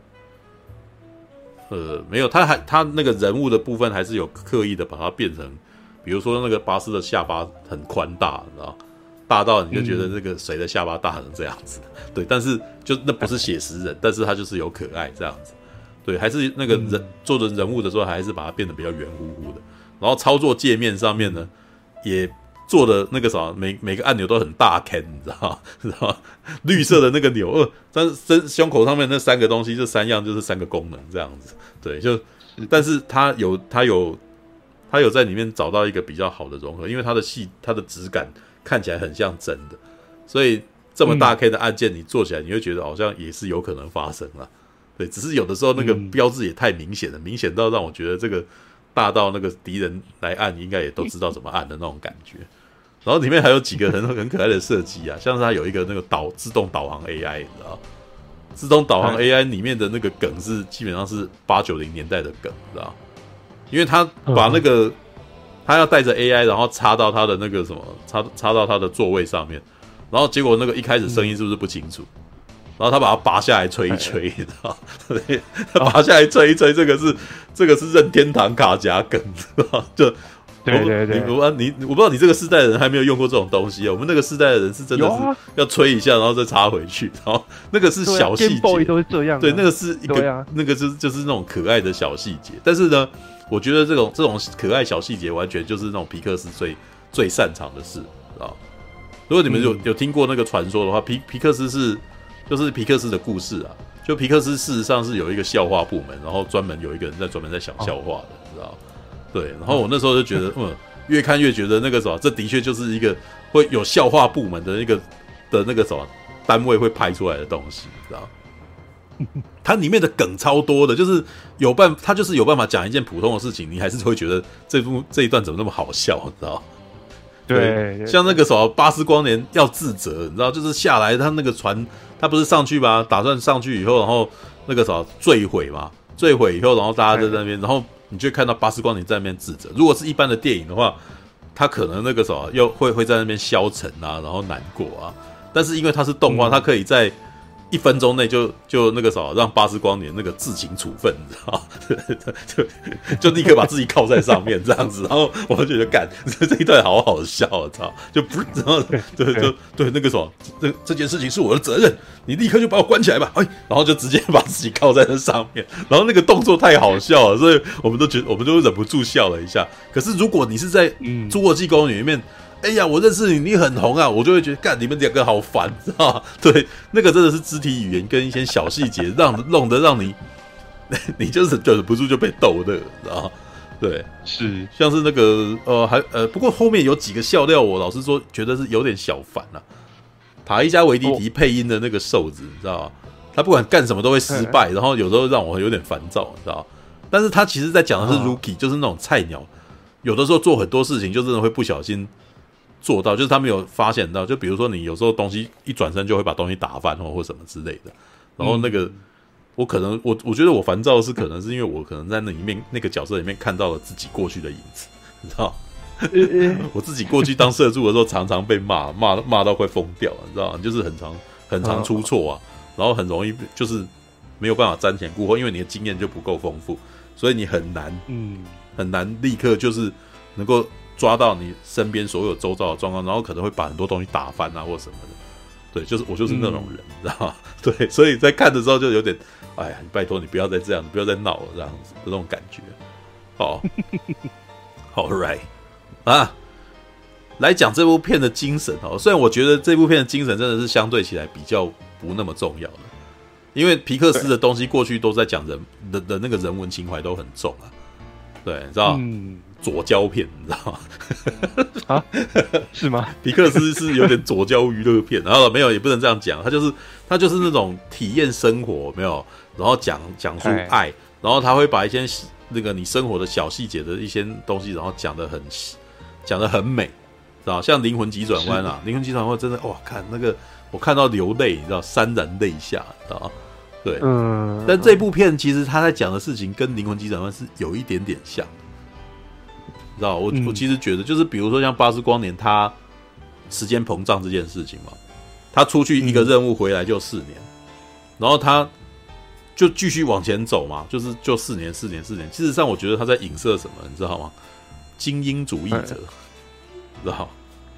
Speaker 1: 没有，他那个人物的部分还是有刻意的把它变成，比如说那个巴斯的下巴很宽大，你知道，大到你就觉得这个谁的下巴大成这样子，对，但是就那不是写实人，但是他就是有可爱这样子，对，还是那个人做的人物的时候，还是把它变得比较圆乎乎的，然后操作界面上面呢，也做的那个啥，每个按钮都很大 can， 你知道绿色的那个钮，但是胸口上面那3个东西，这3样就是3个功能这样子，对，但是它有在里面找到一个比较好的融合，因为它的质感看起来很像真的，所以这么大 K 的按键你做起来，你会觉得好像也是有可能发生啦，对，只是有的时候那个标志也太明显了，明显到让我觉得这个大到那个敌人来按应该也都知道怎么按的那种感觉。然后里面还有几个很可爱的设计啊，像是它有一个那个自动导航 AI， 你知道，自动导航 AI 里面的那个梗是基本上是80-90年代的梗，你知道，因为他把那个他要带着 AI， 然后插到他的那个什么插到他的座位上面，然后结果那个一开始声音是不是不清楚？然后他把它拔下来吹一吹，你知道？对，他拔下来吹一吹，这个是任天堂卡夹梗，知道？就。
Speaker 3: 对，
Speaker 1: 我不知道你这个世代的人还没有用过这种东西啊。我们那个世代的人是真的是要吹一下，然后再插回去，然后那个是小细节，
Speaker 3: 都是这样。
Speaker 1: 对，那个是一个，那个就是那种可爱的小细节。但是呢，我觉得这种可爱小细节，完全就是那种皮克斯最擅长的事啊。如果你们有听过那个传说的话，皮克斯就是皮克斯的故事啊。就皮克斯事实上是有一个笑话部门，然后专门有一个人专门在想笑话的，知道？对，然后我那时候就觉得，越看越觉得那个什么，这的确就是一个会有笑话部门的那个什么单位会拍出来的东西，知道？它里面的梗超多的，就是他就是有办法讲一件普通的事情，你还是会觉得这一段怎么那么好笑，你知道？对，像那个什么巴斯光年要自责，你知道，就是下来他那个船，他不是上去吧？打算上去以后，然后那个什么坠毁嘛，坠毁以后，然后大家在那边，然后。你就会看到巴斯光年在那边自责。如果是一般的电影的话，他可能那个什么又会在那边消沉啊，然后难过啊。但是因为它是动画，它可以在1分钟内就那个什么让巴斯光年那个自行处分，你知道就立刻把自己铐在上面这样子。然后我就觉得干这一段好好笑，我操！就不然后对那个什么这件事情是我的责任，你立刻就把我关起来吧，然后就直接把自己铐在那上面，然后那个动作太好笑了，所以我们就忍不住笑了一下。可是如果你是在《侏罗纪公园》里面，哎呀，我认识你，你很红啊，我就会觉得干你们2个好烦，知道吗？对，那个真的是肢体语言跟一些小细节，弄得让你就是忍不住就被逗乐，知道吗？对，
Speaker 3: 是
Speaker 1: 像是那个不过后面有几个笑料，我老实说觉得是有点小烦啊。塔伊加维迪迪配音的那个瘦子，你知道吗？他不管干什么都会失败，然后有时候让我有点烦躁，你知道吗？但是他其实在讲的是 rookie，就是那种菜鸟，有的时候做很多事情就真的会不小心做到，就是他没有发现到，就比如说你有时候东西一转身就会把东西打翻或什么之类的，然后那个我可能我觉得我烦躁的是可能是因为我可能在那里面那个角色里面看到了自己过去的影子，你知道吗？我自己过去当社助的时候，常常被骂到快疯掉，你知道吗？就是很常出错啊，然后很容易就是没有办法瞻前顾后，因为你的经验就不够丰富，所以你很难立刻就是能够抓到你身边所有周遭的状况，然后可能会把很多东西打翻啊或什么的。对，我就是那种人，你知道吗？对，所以在看的时候就有点，哎呀，你拜托你不要再这样，你不要再闹了，这样子的那种感觉。好，All right。啊，来讲这部片的精神哦。虽然我觉得这部片的精神真的是相对起来比较不那么重要的，因为皮克斯的东西过去都在讲人的那个人文情怀都很重啊。对，你知道，左交片，你知道吗？
Speaker 3: 啊，是吗？
Speaker 1: 皮克斯是有点左交娱乐片，然后没有也不能这样讲，他就是那种体验生活，没有，然后讲出爱，然后他会把一些那个你生活的小细节的一些东西，然后讲得很美，知道？像灵魂急转弯啊，灵魂急转弯真的哇，看那个我看到流泪，你知道，潸然泪下，知道？对，但这部片其实他在讲的事情跟灵魂急转弯是有一点点像，你知道？我其实觉得就是比如说像巴斯光年他时间膨胀这件事情嘛，他出去一个任务回来就4年，然后他就继续往前走嘛，就4年。事实上，我觉得他在影射什么，你知道吗？精英主义者，知道？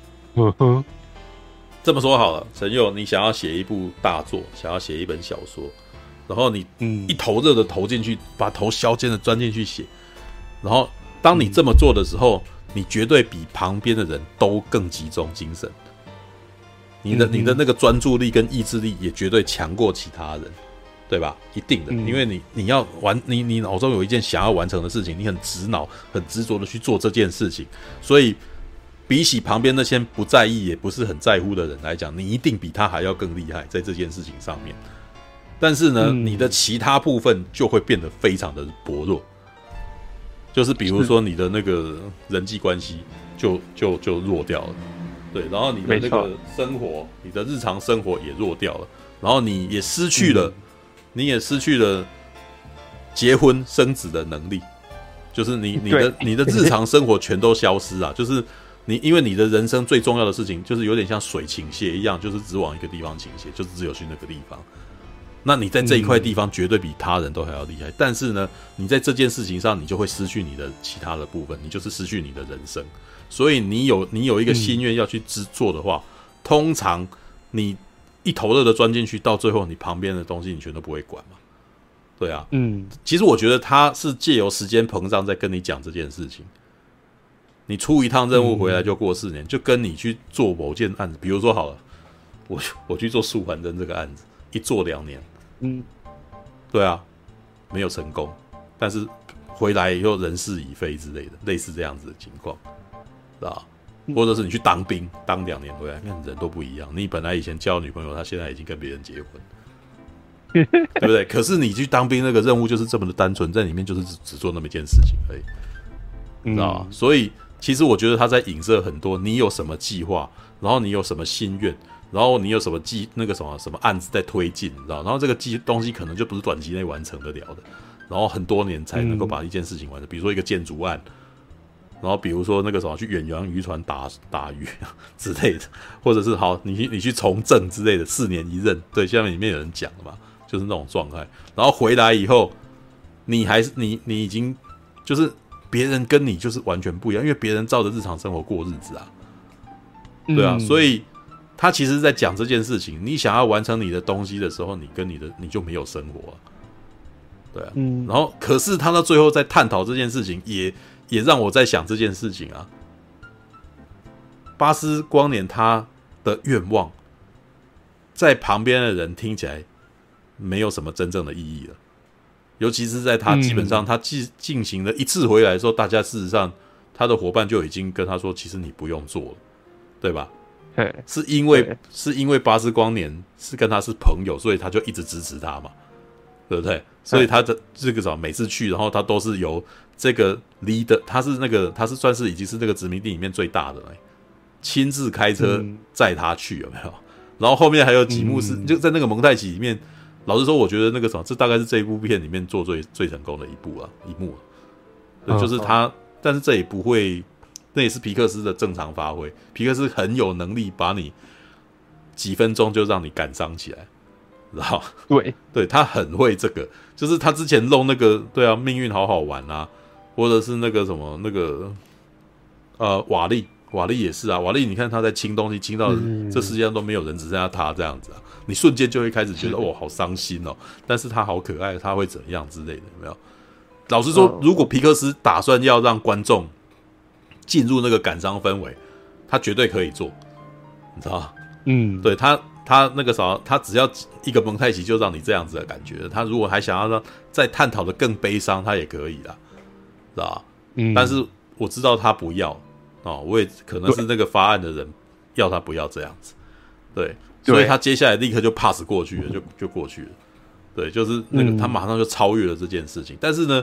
Speaker 1: 这么说好了，陈佑，你想要写一部大作，想要写一本小说，然后你一头热的投进去，把头削尖的钻进去写，然后当你这么做的时候，你绝对比旁边的人都更集中精神，你的那个专注力跟意志力也绝对强过其他人。对吧？一定的，因为你要你脑中有一件想要完成的事情，你很直脑、很执着的去做这件事情，所以比起旁边那些不在意也不是很在乎的人来讲，你一定比他还要更厉害在这件事情上面。但是呢，你的其他部分就会变得非常的薄弱，就是比如说你的那个人际关系就弱掉了，对，然后你的那个生活，你的日常生活也弱掉了，然后你也失去了。你也失去了结婚生子的能力，就是你的日常生活全都消失啊！就是因为你的人生最重要的事情，就是有点像水倾泻一样，就是只往一个地方倾泻，就是只有去那个地方。那你在这一块地方绝对比他人都还要厉害，但是呢，你在这件事情上，你就会失去你的其他的部分，你就是失去你的人生。所以你有一个心愿要去做的话，通常你一头热的钻进去，到最后你旁边的东西你全都不会管嘛？对啊，其实我觉得他是借由时间膨胀在跟你讲这件事情。你出一趟任务回来就过4年，就跟你去做某件案子，比如说好了，我去做素还真这个案子，一做2年，对啊，没有成功，但是回来以后人事已非之类的，类似这样子的情况，是吧？或者是你去当兵，当2年回来，看人都不一样。你本来以前交女朋友，她现在已经跟别人结婚，对不对？可是你去当兵那个任务就是这么的单纯，在里面就是只做那么一件事情而已，知道吧？所以其实我觉得他在影射很多，你有什么计划，然后你有什么心愿，然后你有什么那个什么案子在推进，你知道？然后这个东西可能就不是短期内完成得了的，然后很多年才能够把一件事情完成，比如说一个建筑案。然后比如说那个什么去远洋渔船打鱼之类的，或者是好你去从政之类的，4年1任，对，下面里面有人讲的嘛，就是那种状态。然后回来以后，你已经就是别人跟你就是完全不一样，因为别人照着日常生活过日子啊，对啊，所以他其实在讲这件事情。你想要完成你的东西的时候，你就没有生活啊，对啊，然后可是他到最后在探讨这件事情也让我在想这件事情啊，巴斯光年他的愿望，在旁边的人听起来没有什么真正的意义了，尤其是在他基本上他进行了一次回来的时候，大家事实上他的伙伴就已经跟他说，其实你不用做了，对吧？是因为巴斯光年是跟他是朋友，所以他就一直支持他嘛，对不对？所以他的这个每次去，然后他都是由这个 leader， 他是算是已经是这个殖民地里面最大的了，亲自开车载他去，有没有？然后后面还有几幕是就在那个蒙太奇里面，老实说，我觉得那个这大概是这一部片里面做最成功的一幕了，就是他，但是这也不会，那也是皮克斯的正常发挥，皮克斯很有能力把你几分钟就让你感伤起来。知道？对，他很会这个，就是他之前弄那个，对啊，命运好好玩啊，或者是那个什么那个瓦力也是啊，瓦力你看他在清东西清到这世界上都没有人，只剩下他这样子啊，你瞬间就会开始觉得哦好伤心哦，但是他好可爱，他会怎样之类的，有没有？老实说，如果皮克斯打算要让观众进入那个感伤氛围，他绝对可以做，你知道吗？对他那个啥，他只要一个蒙太奇就让你这样子的感觉。他如果还想要让再探讨的更悲伤，他也可以啦，知道吧？但是我知道他不要哦，我也可能是那个发案的人要他不要这样子，对，所以他接下来立刻就 pass 过去了，就过去了。对，就是那个他马上就超越了这件事情。但是呢，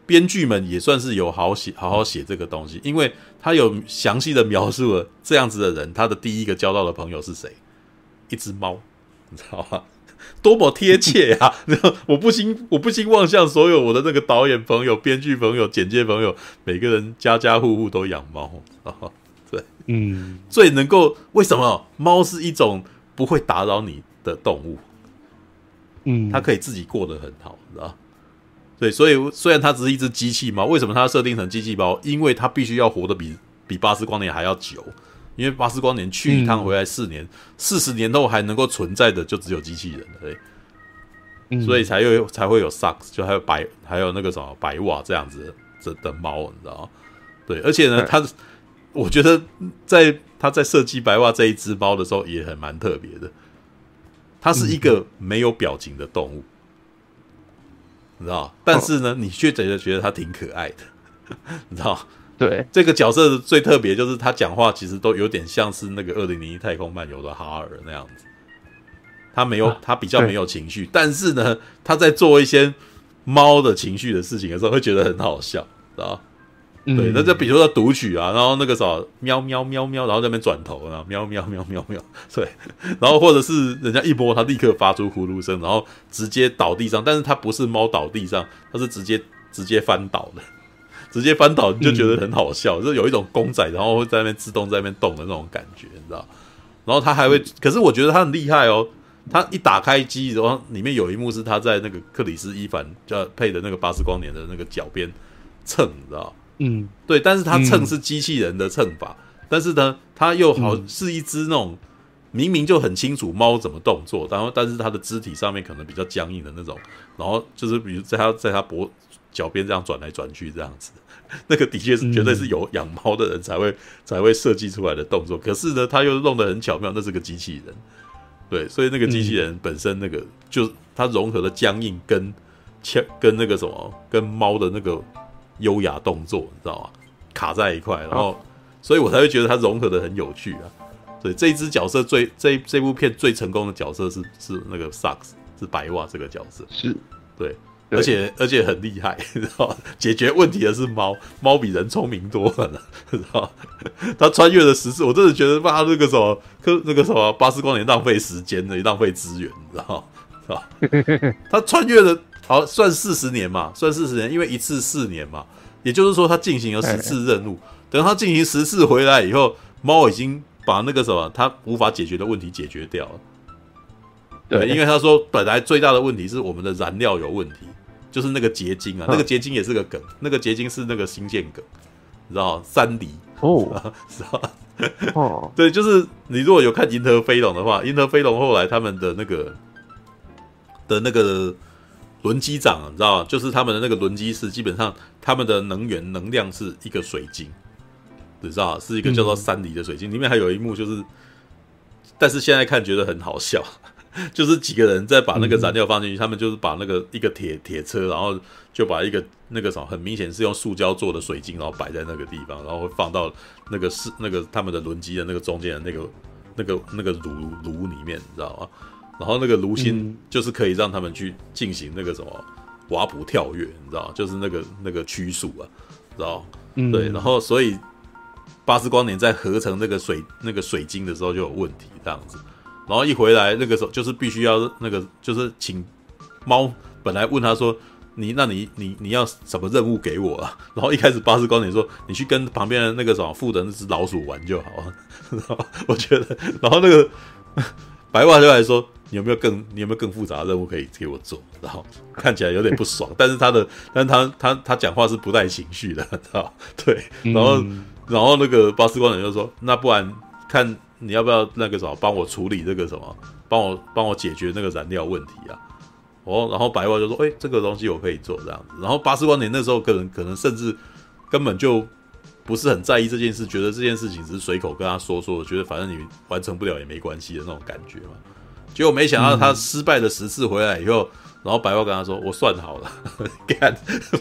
Speaker 1: 编剧们也算是有好好写这个东西，因为他有详细的描述了这样子的人，他的第一个交到的朋友是谁？一只猫，你知道吗？多么贴切啊！我不禁妄想，所有我的那个导演朋友、编剧朋友、剪接朋友，每个人家家户户都养猫，对，最能够为什么猫是一种不会打扰你的动物？它可以自己过得很好，你知道？对，所以虽然它只是一只机器猫，为什么它设定成机器猫？因为它必须要活得比巴斯光年还要久。因为巴斯光年去一趟回来4年，40年后还能够存在的就只有机器人了，对，所以才会有 Sax， 就还有那个什么白袜这样子的猫，你知道吗？对，而且呢，我觉得他在设计白袜这一只猫的时候也很蛮特别的，它是一个没有表情的动物，你知道，但是呢，你却觉得它挺可爱的，你知道。
Speaker 3: 对，
Speaker 1: 这个角色最特别就是他讲话其实都有点像是那个2001太空漫游的哈尔那样子，他比较没有情绪，但是呢，他在做一些猫的情绪的事情的时候，会觉得很好笑，知道？对，那就比如说读取啊，然后那个啥喵喵喵喵，然后在那边转头，然后喵喵喵喵喵，对，然后或者是人家一摸他立刻发出呼噜声，然后直接倒地上，但是他不是猫倒地上，他是直接翻倒的。直接翻倒你就觉得很好笑，就有一种公仔，然后会在那边自动在那边动的那种感觉，你知道？然后他还会，可是我觉得他很厉害哦。他一打开机，然后里面有一幕是他在那个克里斯伊凡配的那个巴斯光年的那个脚边蹭，你知道？对，但是他蹭是机器人的蹭法，但是呢，他又好是一只那种明明就很清楚猫怎么动作，然后但是他的肢体上面可能比较僵硬的那种，然后就是比如在他脚边这样转来转去这样子，那个的确是绝对是有养猫的人才会设计出来的动作。可是呢，他又弄得很巧妙，那是个机器人，对，所以那个机器人本身那个就它融合了僵硬跟那个什么跟猫的那个优雅动作，你知道吗？卡在一块，然后所以我才会觉得它融合的很有趣啊。所以这一支角色这部片最成功的角色是那个 Sax， 是白袜这个角色，
Speaker 3: 是
Speaker 1: 对。而且很厉害，你知道吗？解决问题的是猫比人聪明多了，知道吗？他穿越了时事，我真的觉得那个什么巴斯光年浪费时间的，浪费资源，你知道吗？他穿越了好算40年嘛，因为一次4年嘛，也就是说他进行了10次任务。等他进行10次回来以后，猫已经把那个什么他无法解决的问题解决掉了。对，因为他说本来最大的问题是我们的燃料有问题，就是那个结晶啊，那个结晶也是个梗，那个结晶是那个星舰梗，你知道3厘哦，知道哦，对，就是你如果有看《银河飞龙》的话，《银河飞龙》后来他们的那个轮机长，你知道吗？就是他们的那个轮机室，基本上他们的能量是一个水晶，你知道，是一个叫做3厘的水晶，里面还有一幕就是，但是现在看觉得很好笑。就是几个人在把那个燃料放进去，他们就是把那个一个铁车，然后就把一个那个什么很明显是用塑胶做的水晶，然后摆在那个地方，然后会放到那个他们的轮机的那个中间的那个炉里面，你知道吗？然后那个炉心就是可以让他们去进行那个什么瓦普跳跃，你知道吗？就是那个曲数啊，知道吗？对，然后所以巴斯光年在合成那个水晶的时候就有问题，这样子。然后一回来，那个时候就是必须要那个，就是请猫本来问他说：“你要什么任务给我啊？”然后一开始巴斯光年说：“你去跟旁边的那个什么负责那只老鼠玩就好了。”然后我觉得，然后那个白袜就来说：“你有没有更复杂的任务可以给我做？”然后看起来有点不爽，但是他讲话是不带情绪的，知道？对，然后那个巴斯光年就说：“那不然看。”你要不要那个什么帮我处理这个什么，帮我解决那个燃料问题啊？哦，然后白袜就说：“这个东西我可以做这样子。”然后巴斯光年那时候可能甚至根本就不是很在意这件事，觉得这件事情只是随口跟他说，觉得反正你完成不了也没关系的那种感觉嘛。结果没想到他失败了10次回来以后，然后白袜跟他说：“我算好了，干。”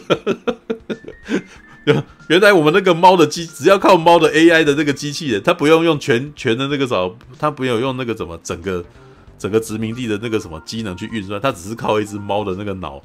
Speaker 1: 原来我们那个猫的只要靠猫的 AI 的那个机器人，它不用用全的那个它不用用那个怎么整个殖民地的那个什么机能去运算，它只是靠一只猫的那个脑，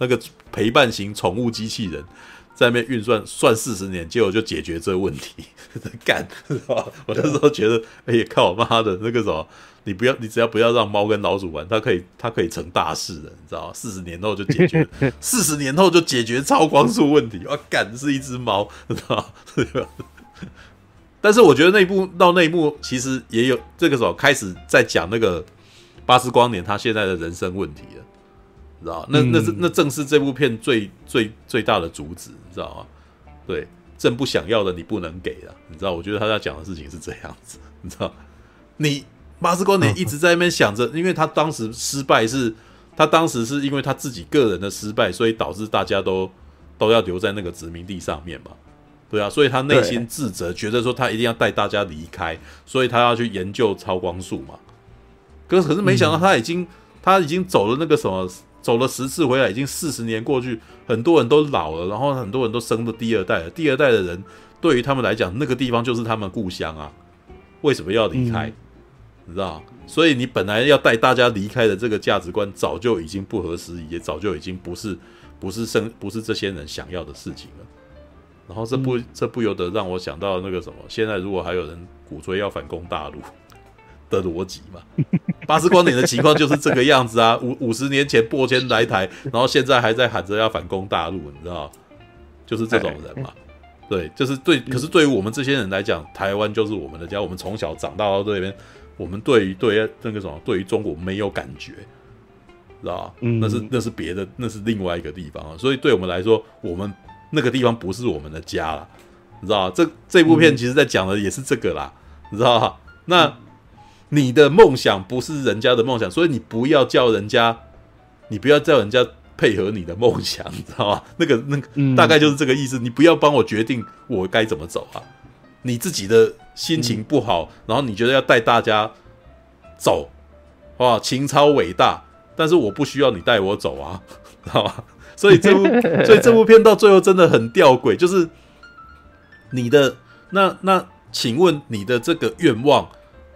Speaker 1: 那个陪伴型宠物机器人在那边运算40年，结果就解决这个问题，干是吧？我那时候觉得，靠妈的那个什么，你只要不要让猫跟老鼠玩，它可以成大事的，你知道吗？40年后就解决，40年后就解决超光速问题。哇，干是一只猫，知道吗？但是我觉得那一幕其实也有这个时候开始在讲那个巴斯光年他现在的人生问题了，知道吗？那正是这部片最大的主旨，你知道吗？对，朕不想要的你不能给了，你知道？我觉得他在讲的事情是这样子，你知道？你巴斯光年一直在那边想着，因为他当时失败他当时是因为他自己个人的失败，所以导致大家都要留在那个殖民地上面嘛。对啊，所以他内心自责，觉得说他一定要带大家离开，所以他要去研究超光速嘛。可是没想到他已经走了那个什么，走了10次回来，已经40年过去，很多人都老了，然后很多人都生了第二代了。第二代的人对于他们来讲，那个地方就是他们故乡啊，为什么要离开？你知道？所以你本来要带大家离开的这个价值观，早就已经不合时宜，也早就已经不是这些人想要的事情了。然后这不由得让我想到那个什么，现在如果还有人鼓吹要反攻大陆的逻辑嘛，巴斯光年的情况就是这个样子啊，50年前破千来台，然后现在还在喊着要反攻大陆，你知道，就是这种人嘛。对，就是对。可是对于我们这些人来讲，台湾就是我们的家，我们从小长大到这边，我们对那个什么，对于中国没有感觉，知道吧？那是别的，那是另外一个地方啊。所以对我们来说，我们那个地方不是我们的家啦，你知道吧？这部片其实在讲的也是这个啦，你知道吧？那你的梦想不是人家的梦想，所以你不要叫人家配合你的梦想，你知道吗？那个大概就是这个意思。你不要帮我决定我该怎么走啊！你自己的心情不好，然后你觉得要带大家走，哇，情操伟大，但是我不需要你带我走啊，知道吗？所以这部片到最后真的很吊诡，就是你的那请问你的这个愿望，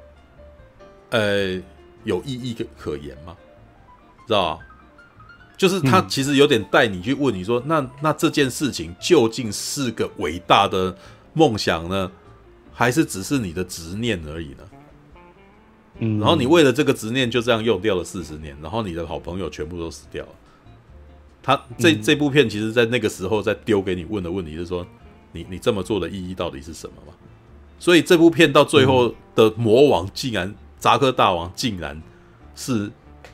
Speaker 1: 有意义可言吗？知道吗？就是他其实有点带你去问你说，那这件事情究竟是个伟大的梦想呢，还是只是你的执念而已呢？然后你为了这个执念就这样用掉了40年，然后你的好朋友全部都死掉了。他这部片其实在那个时候在丢给你问的问题是说，你这么做的意义到底是什么嘛？所以这部片到最后的魔王扎克大王竟然是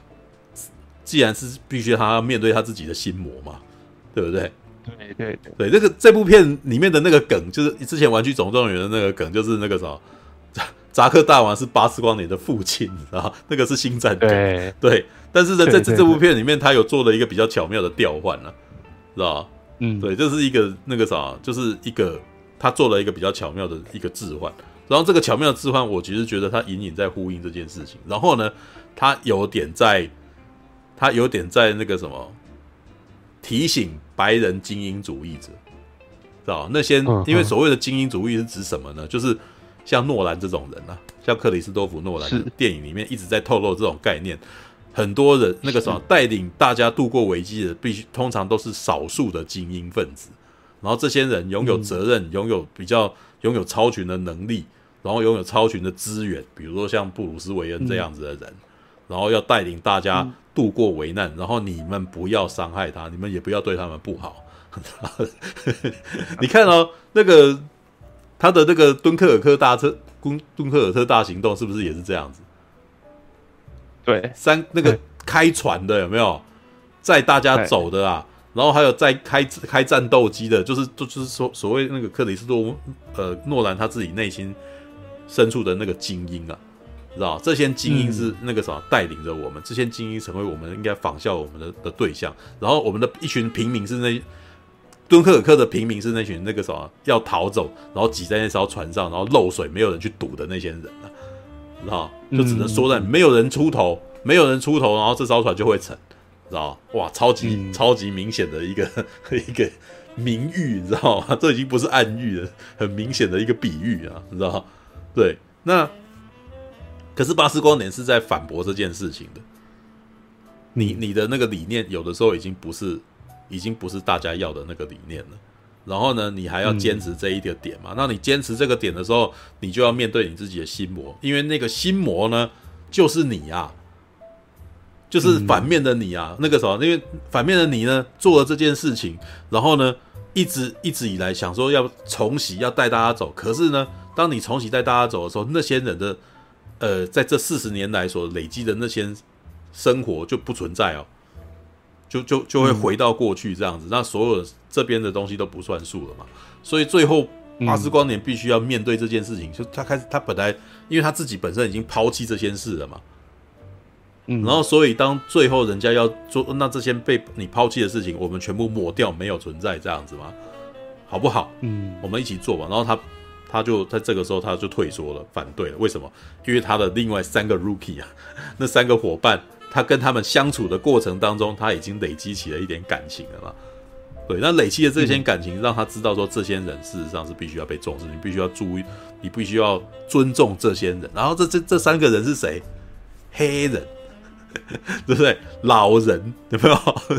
Speaker 1: 必须他要面对他自己的心魔嘛，对不对？对，这部片里面的那个梗，就是之前《玩具总动员》的那个梗，就是那个什么，扎克大王是巴斯光年的父亲，你知道那个是星战梗，对。但是呢，在这部片里面，他有做了一个比较巧妙的调换了，知道吧？对，这是一个那个啥，就是一个他做了一个比较巧妙的一个置换。然后这个巧妙的置换，我其实觉得他隐隐在呼应这件事情。然后呢，他有点在那个什么提醒白人精英主义者，知道那些因为所谓的精英主义是指什么呢？就是像诺兰这种人啊，像克里斯多夫诺兰的电影里面一直在透露这种概念。很多人那个什么带领大家度过危机的，通常都是少数的精英分子。然后这些人拥有责任，拥有超群的能力，然后拥有超群的资源，比如说像布鲁斯·韦恩这样子的人，然后要带领大家度过危难，然后你们不要伤害他，你们也不要对他们不好。你看哦，那个他的那个敦刻尔特大行动是不是也是这样子？
Speaker 3: 对，
Speaker 1: 那个开船的有没有载大家走的啊？然后还有在开战斗机的，就是所谓那个克里斯多诺兰他自己内心深处的那个精英啊，知道这些精英是那个什么带领着我们，这些精英成为我们应该仿效我们的对象。然后我们的一群平民是敦刻尔克的平民是那群那个什么要逃走，然后挤在那艘船上，然后漏水没有人去堵的那些人啊。知道就只能说在没有人出头，然后这艘船就会沉，知道哇，超级明显的一个明喻，你知道吗？这已经不是暗喻了，很明显的一个比喻啊，你知道？对，那可是巴斯光年是在反驳这件事情的。你的那个理念有的时候已经不是已经不是大家要的那个理念了。然后呢，你还要坚持这一个点嘛？那你坚持这个点的时候，你就要面对你自己的心魔，因为那个心魔呢，就是你啊，就是反面的你啊。那个什么，因为反面的你呢，做了这件事情，然后呢，一直以来想说要重洗，要带大家走。可是呢，当你重洗带大家走的时候，那些人的在这40年来所累积的那些生活就不存在哦。就会回到过去这样子，那所有的这边的东西都不算数了嘛。所以最后巴斯光年必须要面对这件事情，就他本来因为他自己本身已经抛弃这件事了嘛，然后所以当最后人家要做，那这些被你抛弃的事情，我们全部抹掉，没有存在这样子嘛，好不好？我们一起做吧。然后他就在这个时候他就退缩了，反对了。为什么？因为他的另外3个 rookie 啊，那3个伙伴。他跟他们相处的过程当中，他已经累积起了一点感情了嘛？对，那累积的这些感情，让他知道说，这些人事实上是必须要被重视，你必须要注意，你必须要尊重这些人。然后这3个人是谁？黑人，对不对？老人有没有？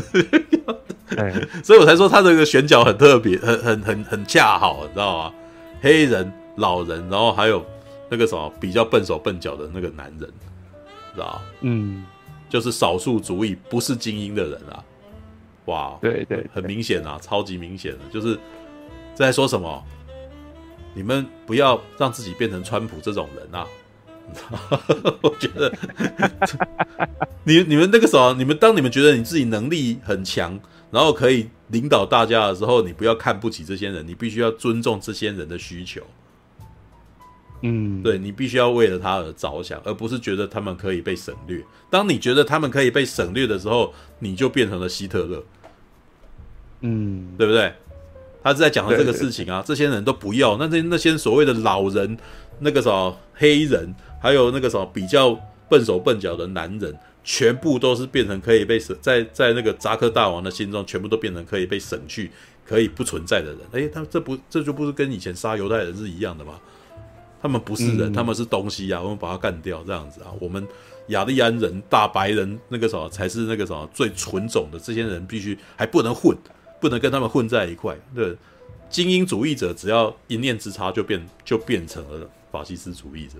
Speaker 1: 所以我才说他这个选角很特别，很恰好，你知道吗？黑人、老人，然后还有那个什么比较笨手笨脚的那个男人，知道吗？就是少数族裔，不是精英的人啊！哇，
Speaker 3: 对，
Speaker 1: 很明显啊，超级明显的，就是在说什么？你们不要让自己变成川普这种人啊！我觉得你们那个什么，当你们觉得你自己能力很强，然后可以领导大家的时候，你不要看不起这些人，你必须要尊重这些人的需求。对，你必须要为了他而着想，而不是觉得他们可以被省略。当你觉得他们可以被省略的时候，你就变成了希特勒。对不对？他是在讲的这个事情啊，这些人都不要，那些所谓的老人，那个什么黑人，还有那个什么比较笨手笨脚的男人，全部都是变成可以被在那个扎克大王的心中，全部都变成可以被省去、可以不存在的人。这就不是跟以前杀犹太人是一样的吗？他们不是人，他们是东西啊，我们把它干掉这样子啊。我们雅利安人、大白人那个什么才是那个什么最纯种的，这些人必须还不能混，不能跟他们混在一块。对，精英主义者只要一念之差就变成了法西斯主义者。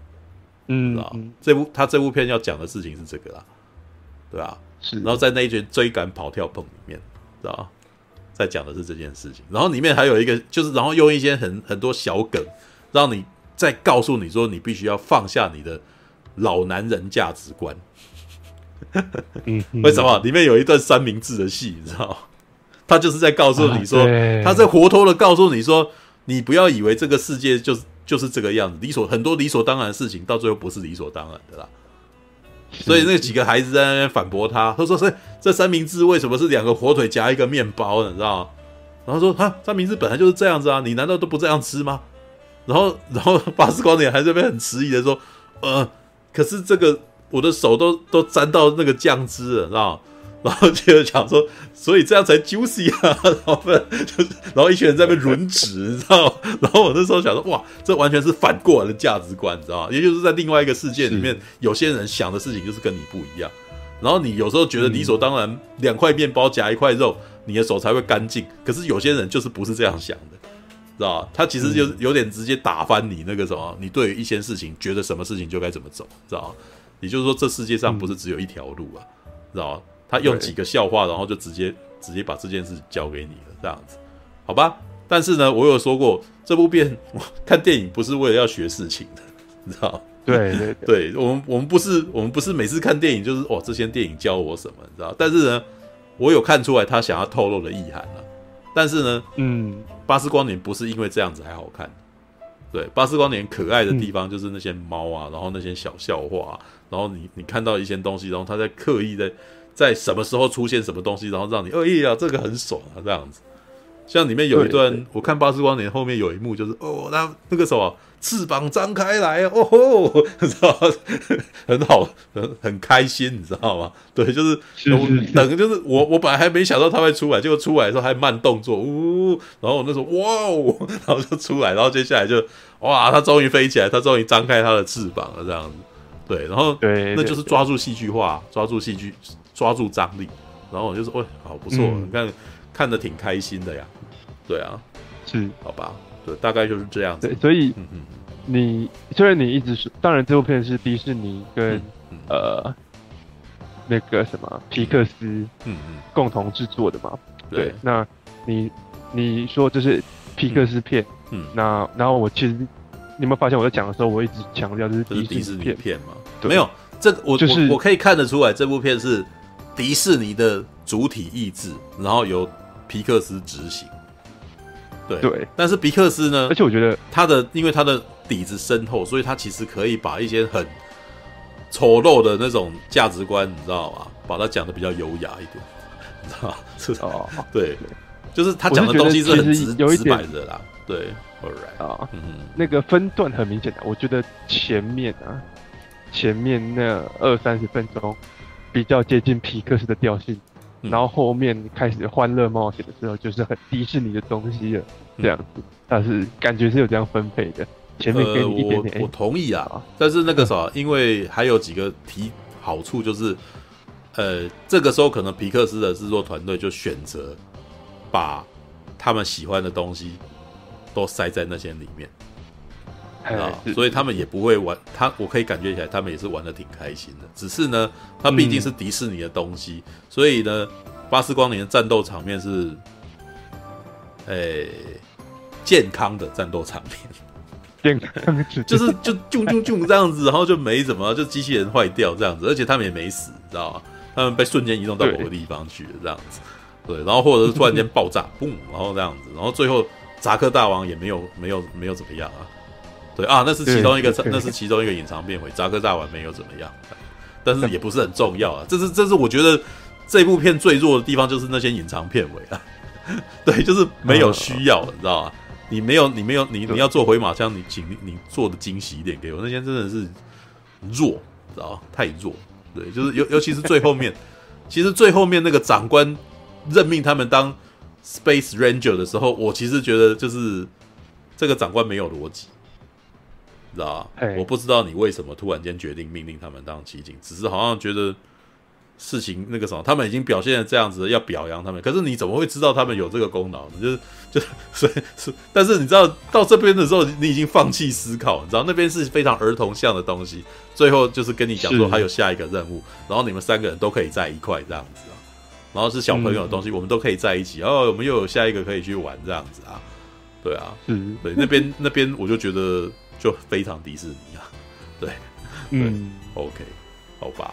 Speaker 1: 他这部片要讲的事情是这个啦，对吧？是。然后在那一群追赶跑跳碰里面，知道吧？在讲的是这件事情。然后里面还有一个，就是然后用一些很多小梗，让你。再告诉你说，你必须要放下你的老男人价值观。为什么？里面有一段三明治的戏，你知道吗？他就是在告诉你说，他在活脱的告诉你说，你不要以为这个世界就是这个样子，很多理所当然的事情，到最后不是理所当然的啦。所以那几个孩子在那边反驳他，他说：“这三明治为什么是2个火腿夹1个面包呢？你知道吗？”然后说：“哈，三明治本来就是这样子啊，你难道都不这样吃吗？”然后巴斯光年还在那边很迟疑的说：“可是这个我的手都沾到那个酱汁了，知道吗？”然后接着讲说，所以这样才 juicy 啊，然后一群人在那边轮值，你知道吗？然后我那时候想说，哇，这完全是反过来的价值观，你知道吗？也就是在另外一个世界里面，有些人想的事情就是跟你不一样。然后你有时候觉得理所当然，2块面包夹1块肉，你的手才会干净。可是有些人就是不是这样想的。知道吧？他其实就有点直接打翻你那个什么，你对于一些事情觉得什么事情就该怎么走，知道吧？也就是说，这世界上不是只有一条路啊，知道吧？他用几个笑话，然后就直接把这件事交给你了，这样子，好吧？但是呢，我有说过，这部片看电影不是为了要学事情的，你知道吗？对，我们不是每次看电影就是这些电影教我什么，你知道？但是呢，我有看出来他想要透露的意涵啊。但是呢，巴斯光年不是因为这样子还好看，对，巴斯光年可爱的地方就是那些猫啊，然后那些小笑话啊，然后你看到一些东西，然后他在刻意在什么时候出现什么东西，然后让你这个很爽啊，这样子。像里面有一段，我看巴斯光年后面有一幕就是那个什么翅膀张开来你知道吗？很好，很开心，你知道吗？对，就是就是我本来还没想到他会出来，结果出来的时候还慢动作，然后我那时候哇然后就出来，然后接下来就他终于飞起来，他终于张开他的翅膀了，这样子。对，然后那就是抓住戏剧化，抓住戏剧，抓住张力， 然后我就说，好不错，你看得挺开心的呀。对啊，
Speaker 3: 是，
Speaker 1: 好吧，对，大概就是这样子。
Speaker 3: 对，所以虽然你一直说，当然这部片是迪士尼跟那个什么皮克斯共同制作的嘛，对，那你说这是皮克斯片，然后我其实你有没有发现我在讲的时候，我一直强调这是迪士尼片
Speaker 1: 嘛？没有，这个我可以看得出来，这部片是迪士尼的主体意志，然后由皮克斯执行。对，但是皮克斯呢，
Speaker 3: 而且我觉得
Speaker 1: 因为他的底子深厚，所以他其实可以把一些很丑陋的那种价值观，你知道吗？把它讲得比较优雅一点，你知道吗？对，就是他讲的东西是很直白的啦。对 ，alright 啊，
Speaker 3: 那个分段很明显的，我觉得前面那20-30分钟比较接近皮克斯的调性。然后后面开始欢乐冒险的时候，就是很迪士尼的东西了，这样子，但是感觉是有这样分配的。前面给你一点点，
Speaker 1: 我同意啊，但是那个啥，因为还有几个好处，就是这个时候可能皮克斯的制作团队就选择把他们喜欢的东西都塞在那些里面。所以他们也不会玩，我可以感觉起来，他们也是玩得挺开心的。只是呢，它毕竟是迪士尼的东西，所以呢，巴斯光年的战斗场面是，健康的战斗场面，
Speaker 3: 健康
Speaker 1: 就是就这样子，然后就没怎么，就机器人坏掉这样子，而且他们也没死，你知道吗？他们被瞬间移动到某个地方去了这样子，对，然后或者是突然间爆炸，嘣，然后这样子，然后最后扎克大王也没有怎么样啊。对啊，那是其中一个隐藏片尾，扎克大王没有怎么样，但是也不是很重要啊。这是我觉得这部片最弱的地方，就是那些隐藏片尾啊。对，就是没有需要，你知道吗？你要做回马枪，你做的惊喜一点给我，那些真的是弱，知道吗？太弱。对，就是尤其是最后面，其实最后面那个长官任命他们当 Space Ranger 的时候，我其实觉得就是这个长官没有逻辑。知道我不知道你为什么突然间决定命令他们当骑警，只是好像觉得事情那个什么，他们已经表现成这样子，要表扬他们。可是你怎么会知道他们有这个功劳呢？但是你知道到这边的时候，你已经放弃思考，你知道那边是非常儿童向的东西。最后就是跟你讲说还有下一个任务，然后你们3个人都可以在一块这样子啊，然后是小朋友的东西，我们都可以在一起，我们又有下一个可以去玩这样子啊，对啊，对，那边我就觉得。就非常迪士尼啊，对，OK， 好吧，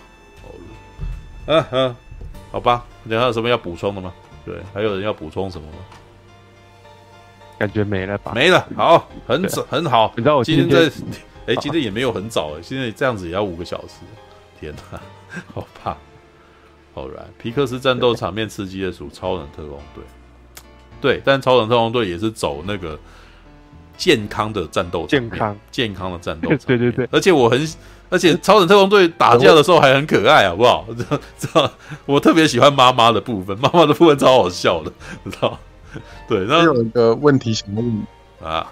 Speaker 1: 好吧，你还有什么要补充的吗？对，还有人要补充什么吗？
Speaker 3: 感觉没了吧？
Speaker 1: 没了，好，很好。
Speaker 3: 你知道我
Speaker 1: 今天也没有很早现在这样子也要5个小时，天哪，好怕。All right， 皮克斯战斗场面刺激的属超人特工队，对，但超人特工队也是走那个。健康的战斗场面，健康的战斗场面，对，而且超人特工队打架的时候还很可爱，好不好？知道，我特别喜欢妈妈的部分，妈妈的部分超好笑的，知道？对，那
Speaker 4: 有一个问题想问你
Speaker 1: 啊，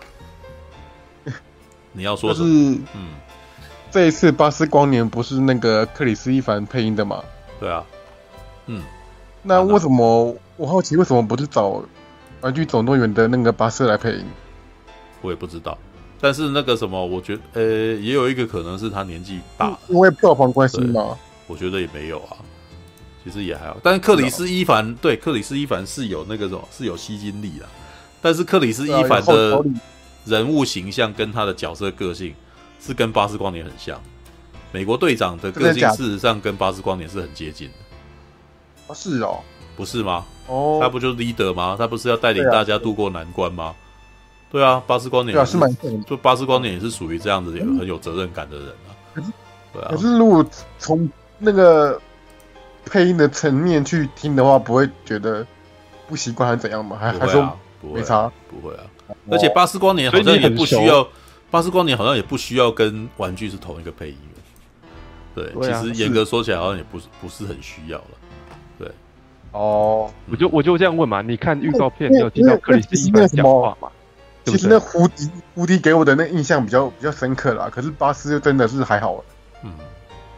Speaker 1: 你要说什么？
Speaker 4: 就是这一次巴斯光年不是那个克里斯·伊凡配音的吗？
Speaker 1: 对啊，
Speaker 4: 那为什么我好奇为什么不是找玩具总动员的那个巴斯来配音？
Speaker 1: 我也不知道，但是那个什么，我觉得也有一个可能是他年纪大了，
Speaker 4: 因为票房关系嘛。
Speaker 1: 我觉得也没有啊，其实也还好。但是克里斯·伊凡对克里斯·伊凡是有那个什么，是有吸金力的。但是克里斯·伊凡的人物形象跟他的角色个性是跟巴斯光年很像。美国队长的个性事实上跟巴斯光年是很接近的。
Speaker 4: 是哦，
Speaker 1: 不是吗？他不就是 leader 吗？他不是要带领大家渡过难关吗？对啊，巴斯光年
Speaker 4: 是蛮像的，
Speaker 1: 就巴斯光年也是属于这样子很有责任感的人啊。对啊。
Speaker 4: 可是如果从那个配音的层面去听的话，不会觉得不习惯还是怎样吗？还说没差？
Speaker 1: 不会啊。而且巴斯光年好像也不需要，巴斯光年好像也不需要跟玩具是同一个配音员。对，其实严格说起来好像也不是很需要了。对。
Speaker 3: 我就这样问嘛，你看预告片，你有听到克里斯·伊凡讲话吗？
Speaker 4: 其实那胡迪给我的那印象比较深刻啦，可是巴斯就真的是还好。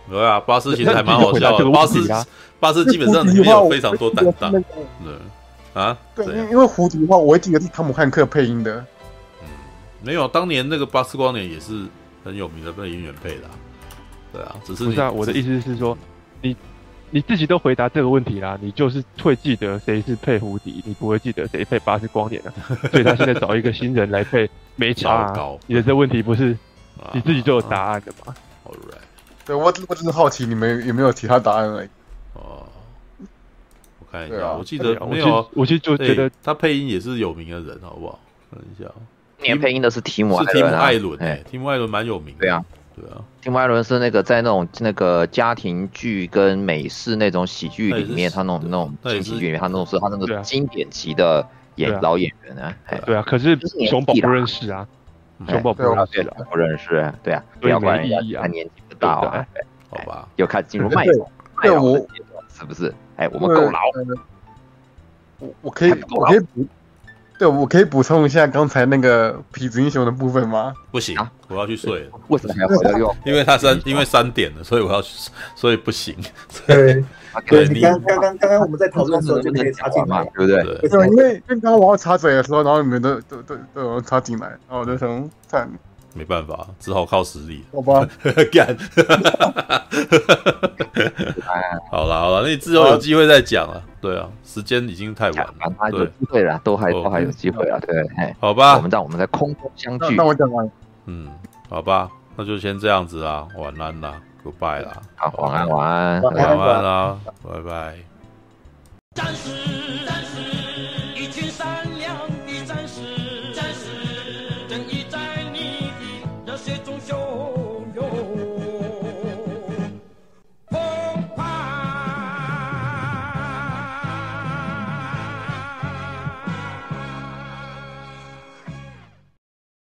Speaker 1: 对啊，巴斯其实还蛮好笑的。巴斯基本上里面有非常多担当。对啊，
Speaker 4: 对，因为胡迪的话，我会记得是汤姆汉克配音的。
Speaker 1: 没有，当年那个巴斯光年也是很有名的配音员配的、啊。对啊，只是
Speaker 3: 不是啊，我的意思是说，你自己都回答这个问题啦，你就是会记得谁是配胡迪，你不会记得谁配巴斯光年啊。所以他现在找一个新人来配，没差、啊。你的这问题不是你自己就有答案的吗
Speaker 1: ？Alright，
Speaker 4: 对我只是好奇你们有没有其他答案而已。
Speaker 1: 哦，我看一下，我记得没
Speaker 3: 有，我其实就觉得
Speaker 1: 他配音也是有名的人，好不好？看一下，
Speaker 5: 年配音的是提姆
Speaker 1: 艾伦，提姆艾伦蛮有名的。
Speaker 5: 对啊。对啊，提姆艾伦是那个在那个家庭剧跟美式那种喜剧里面，他那种轻喜剧里面，他那个经典级的老演员啊。
Speaker 3: 对啊，可是熊宝不认识啊，熊宝不认识啊，
Speaker 5: 不认识，对啊，不要怪人家，他年纪不大啊，
Speaker 1: 好吧，
Speaker 5: 又开始进入卖老的阶段，是不是？哎，我们够老，
Speaker 4: 我可以补。对，我可以补充一下刚才那个痞子英雄的部分吗？
Speaker 1: 不行，我要去睡了。
Speaker 5: 为什么还要回来用？
Speaker 1: 因为3点了，所以我要去，所以不行。
Speaker 6: 对，你刚刚我们在讨论的时候就可以插进来，
Speaker 5: 对不对？
Speaker 4: 对，因为刚刚我要插嘴的时候，然后你们都有插进来，然后我就想看。
Speaker 1: 没办法，只好靠实力。
Speaker 4: 好吧，
Speaker 1: 干。好了，那你之后有机会再讲了。对啊，时间已经太晚了。
Speaker 5: 有机会了，都还有机会了，对。
Speaker 1: 好吧，
Speaker 5: 我们在空中相聚。
Speaker 4: 那我讲完。
Speaker 1: 好吧，那就先这样子啦，晚安啦 ，Goodbye 啦。
Speaker 5: 好，晚安啦，
Speaker 1: 拜拜。
Speaker 6: 战士。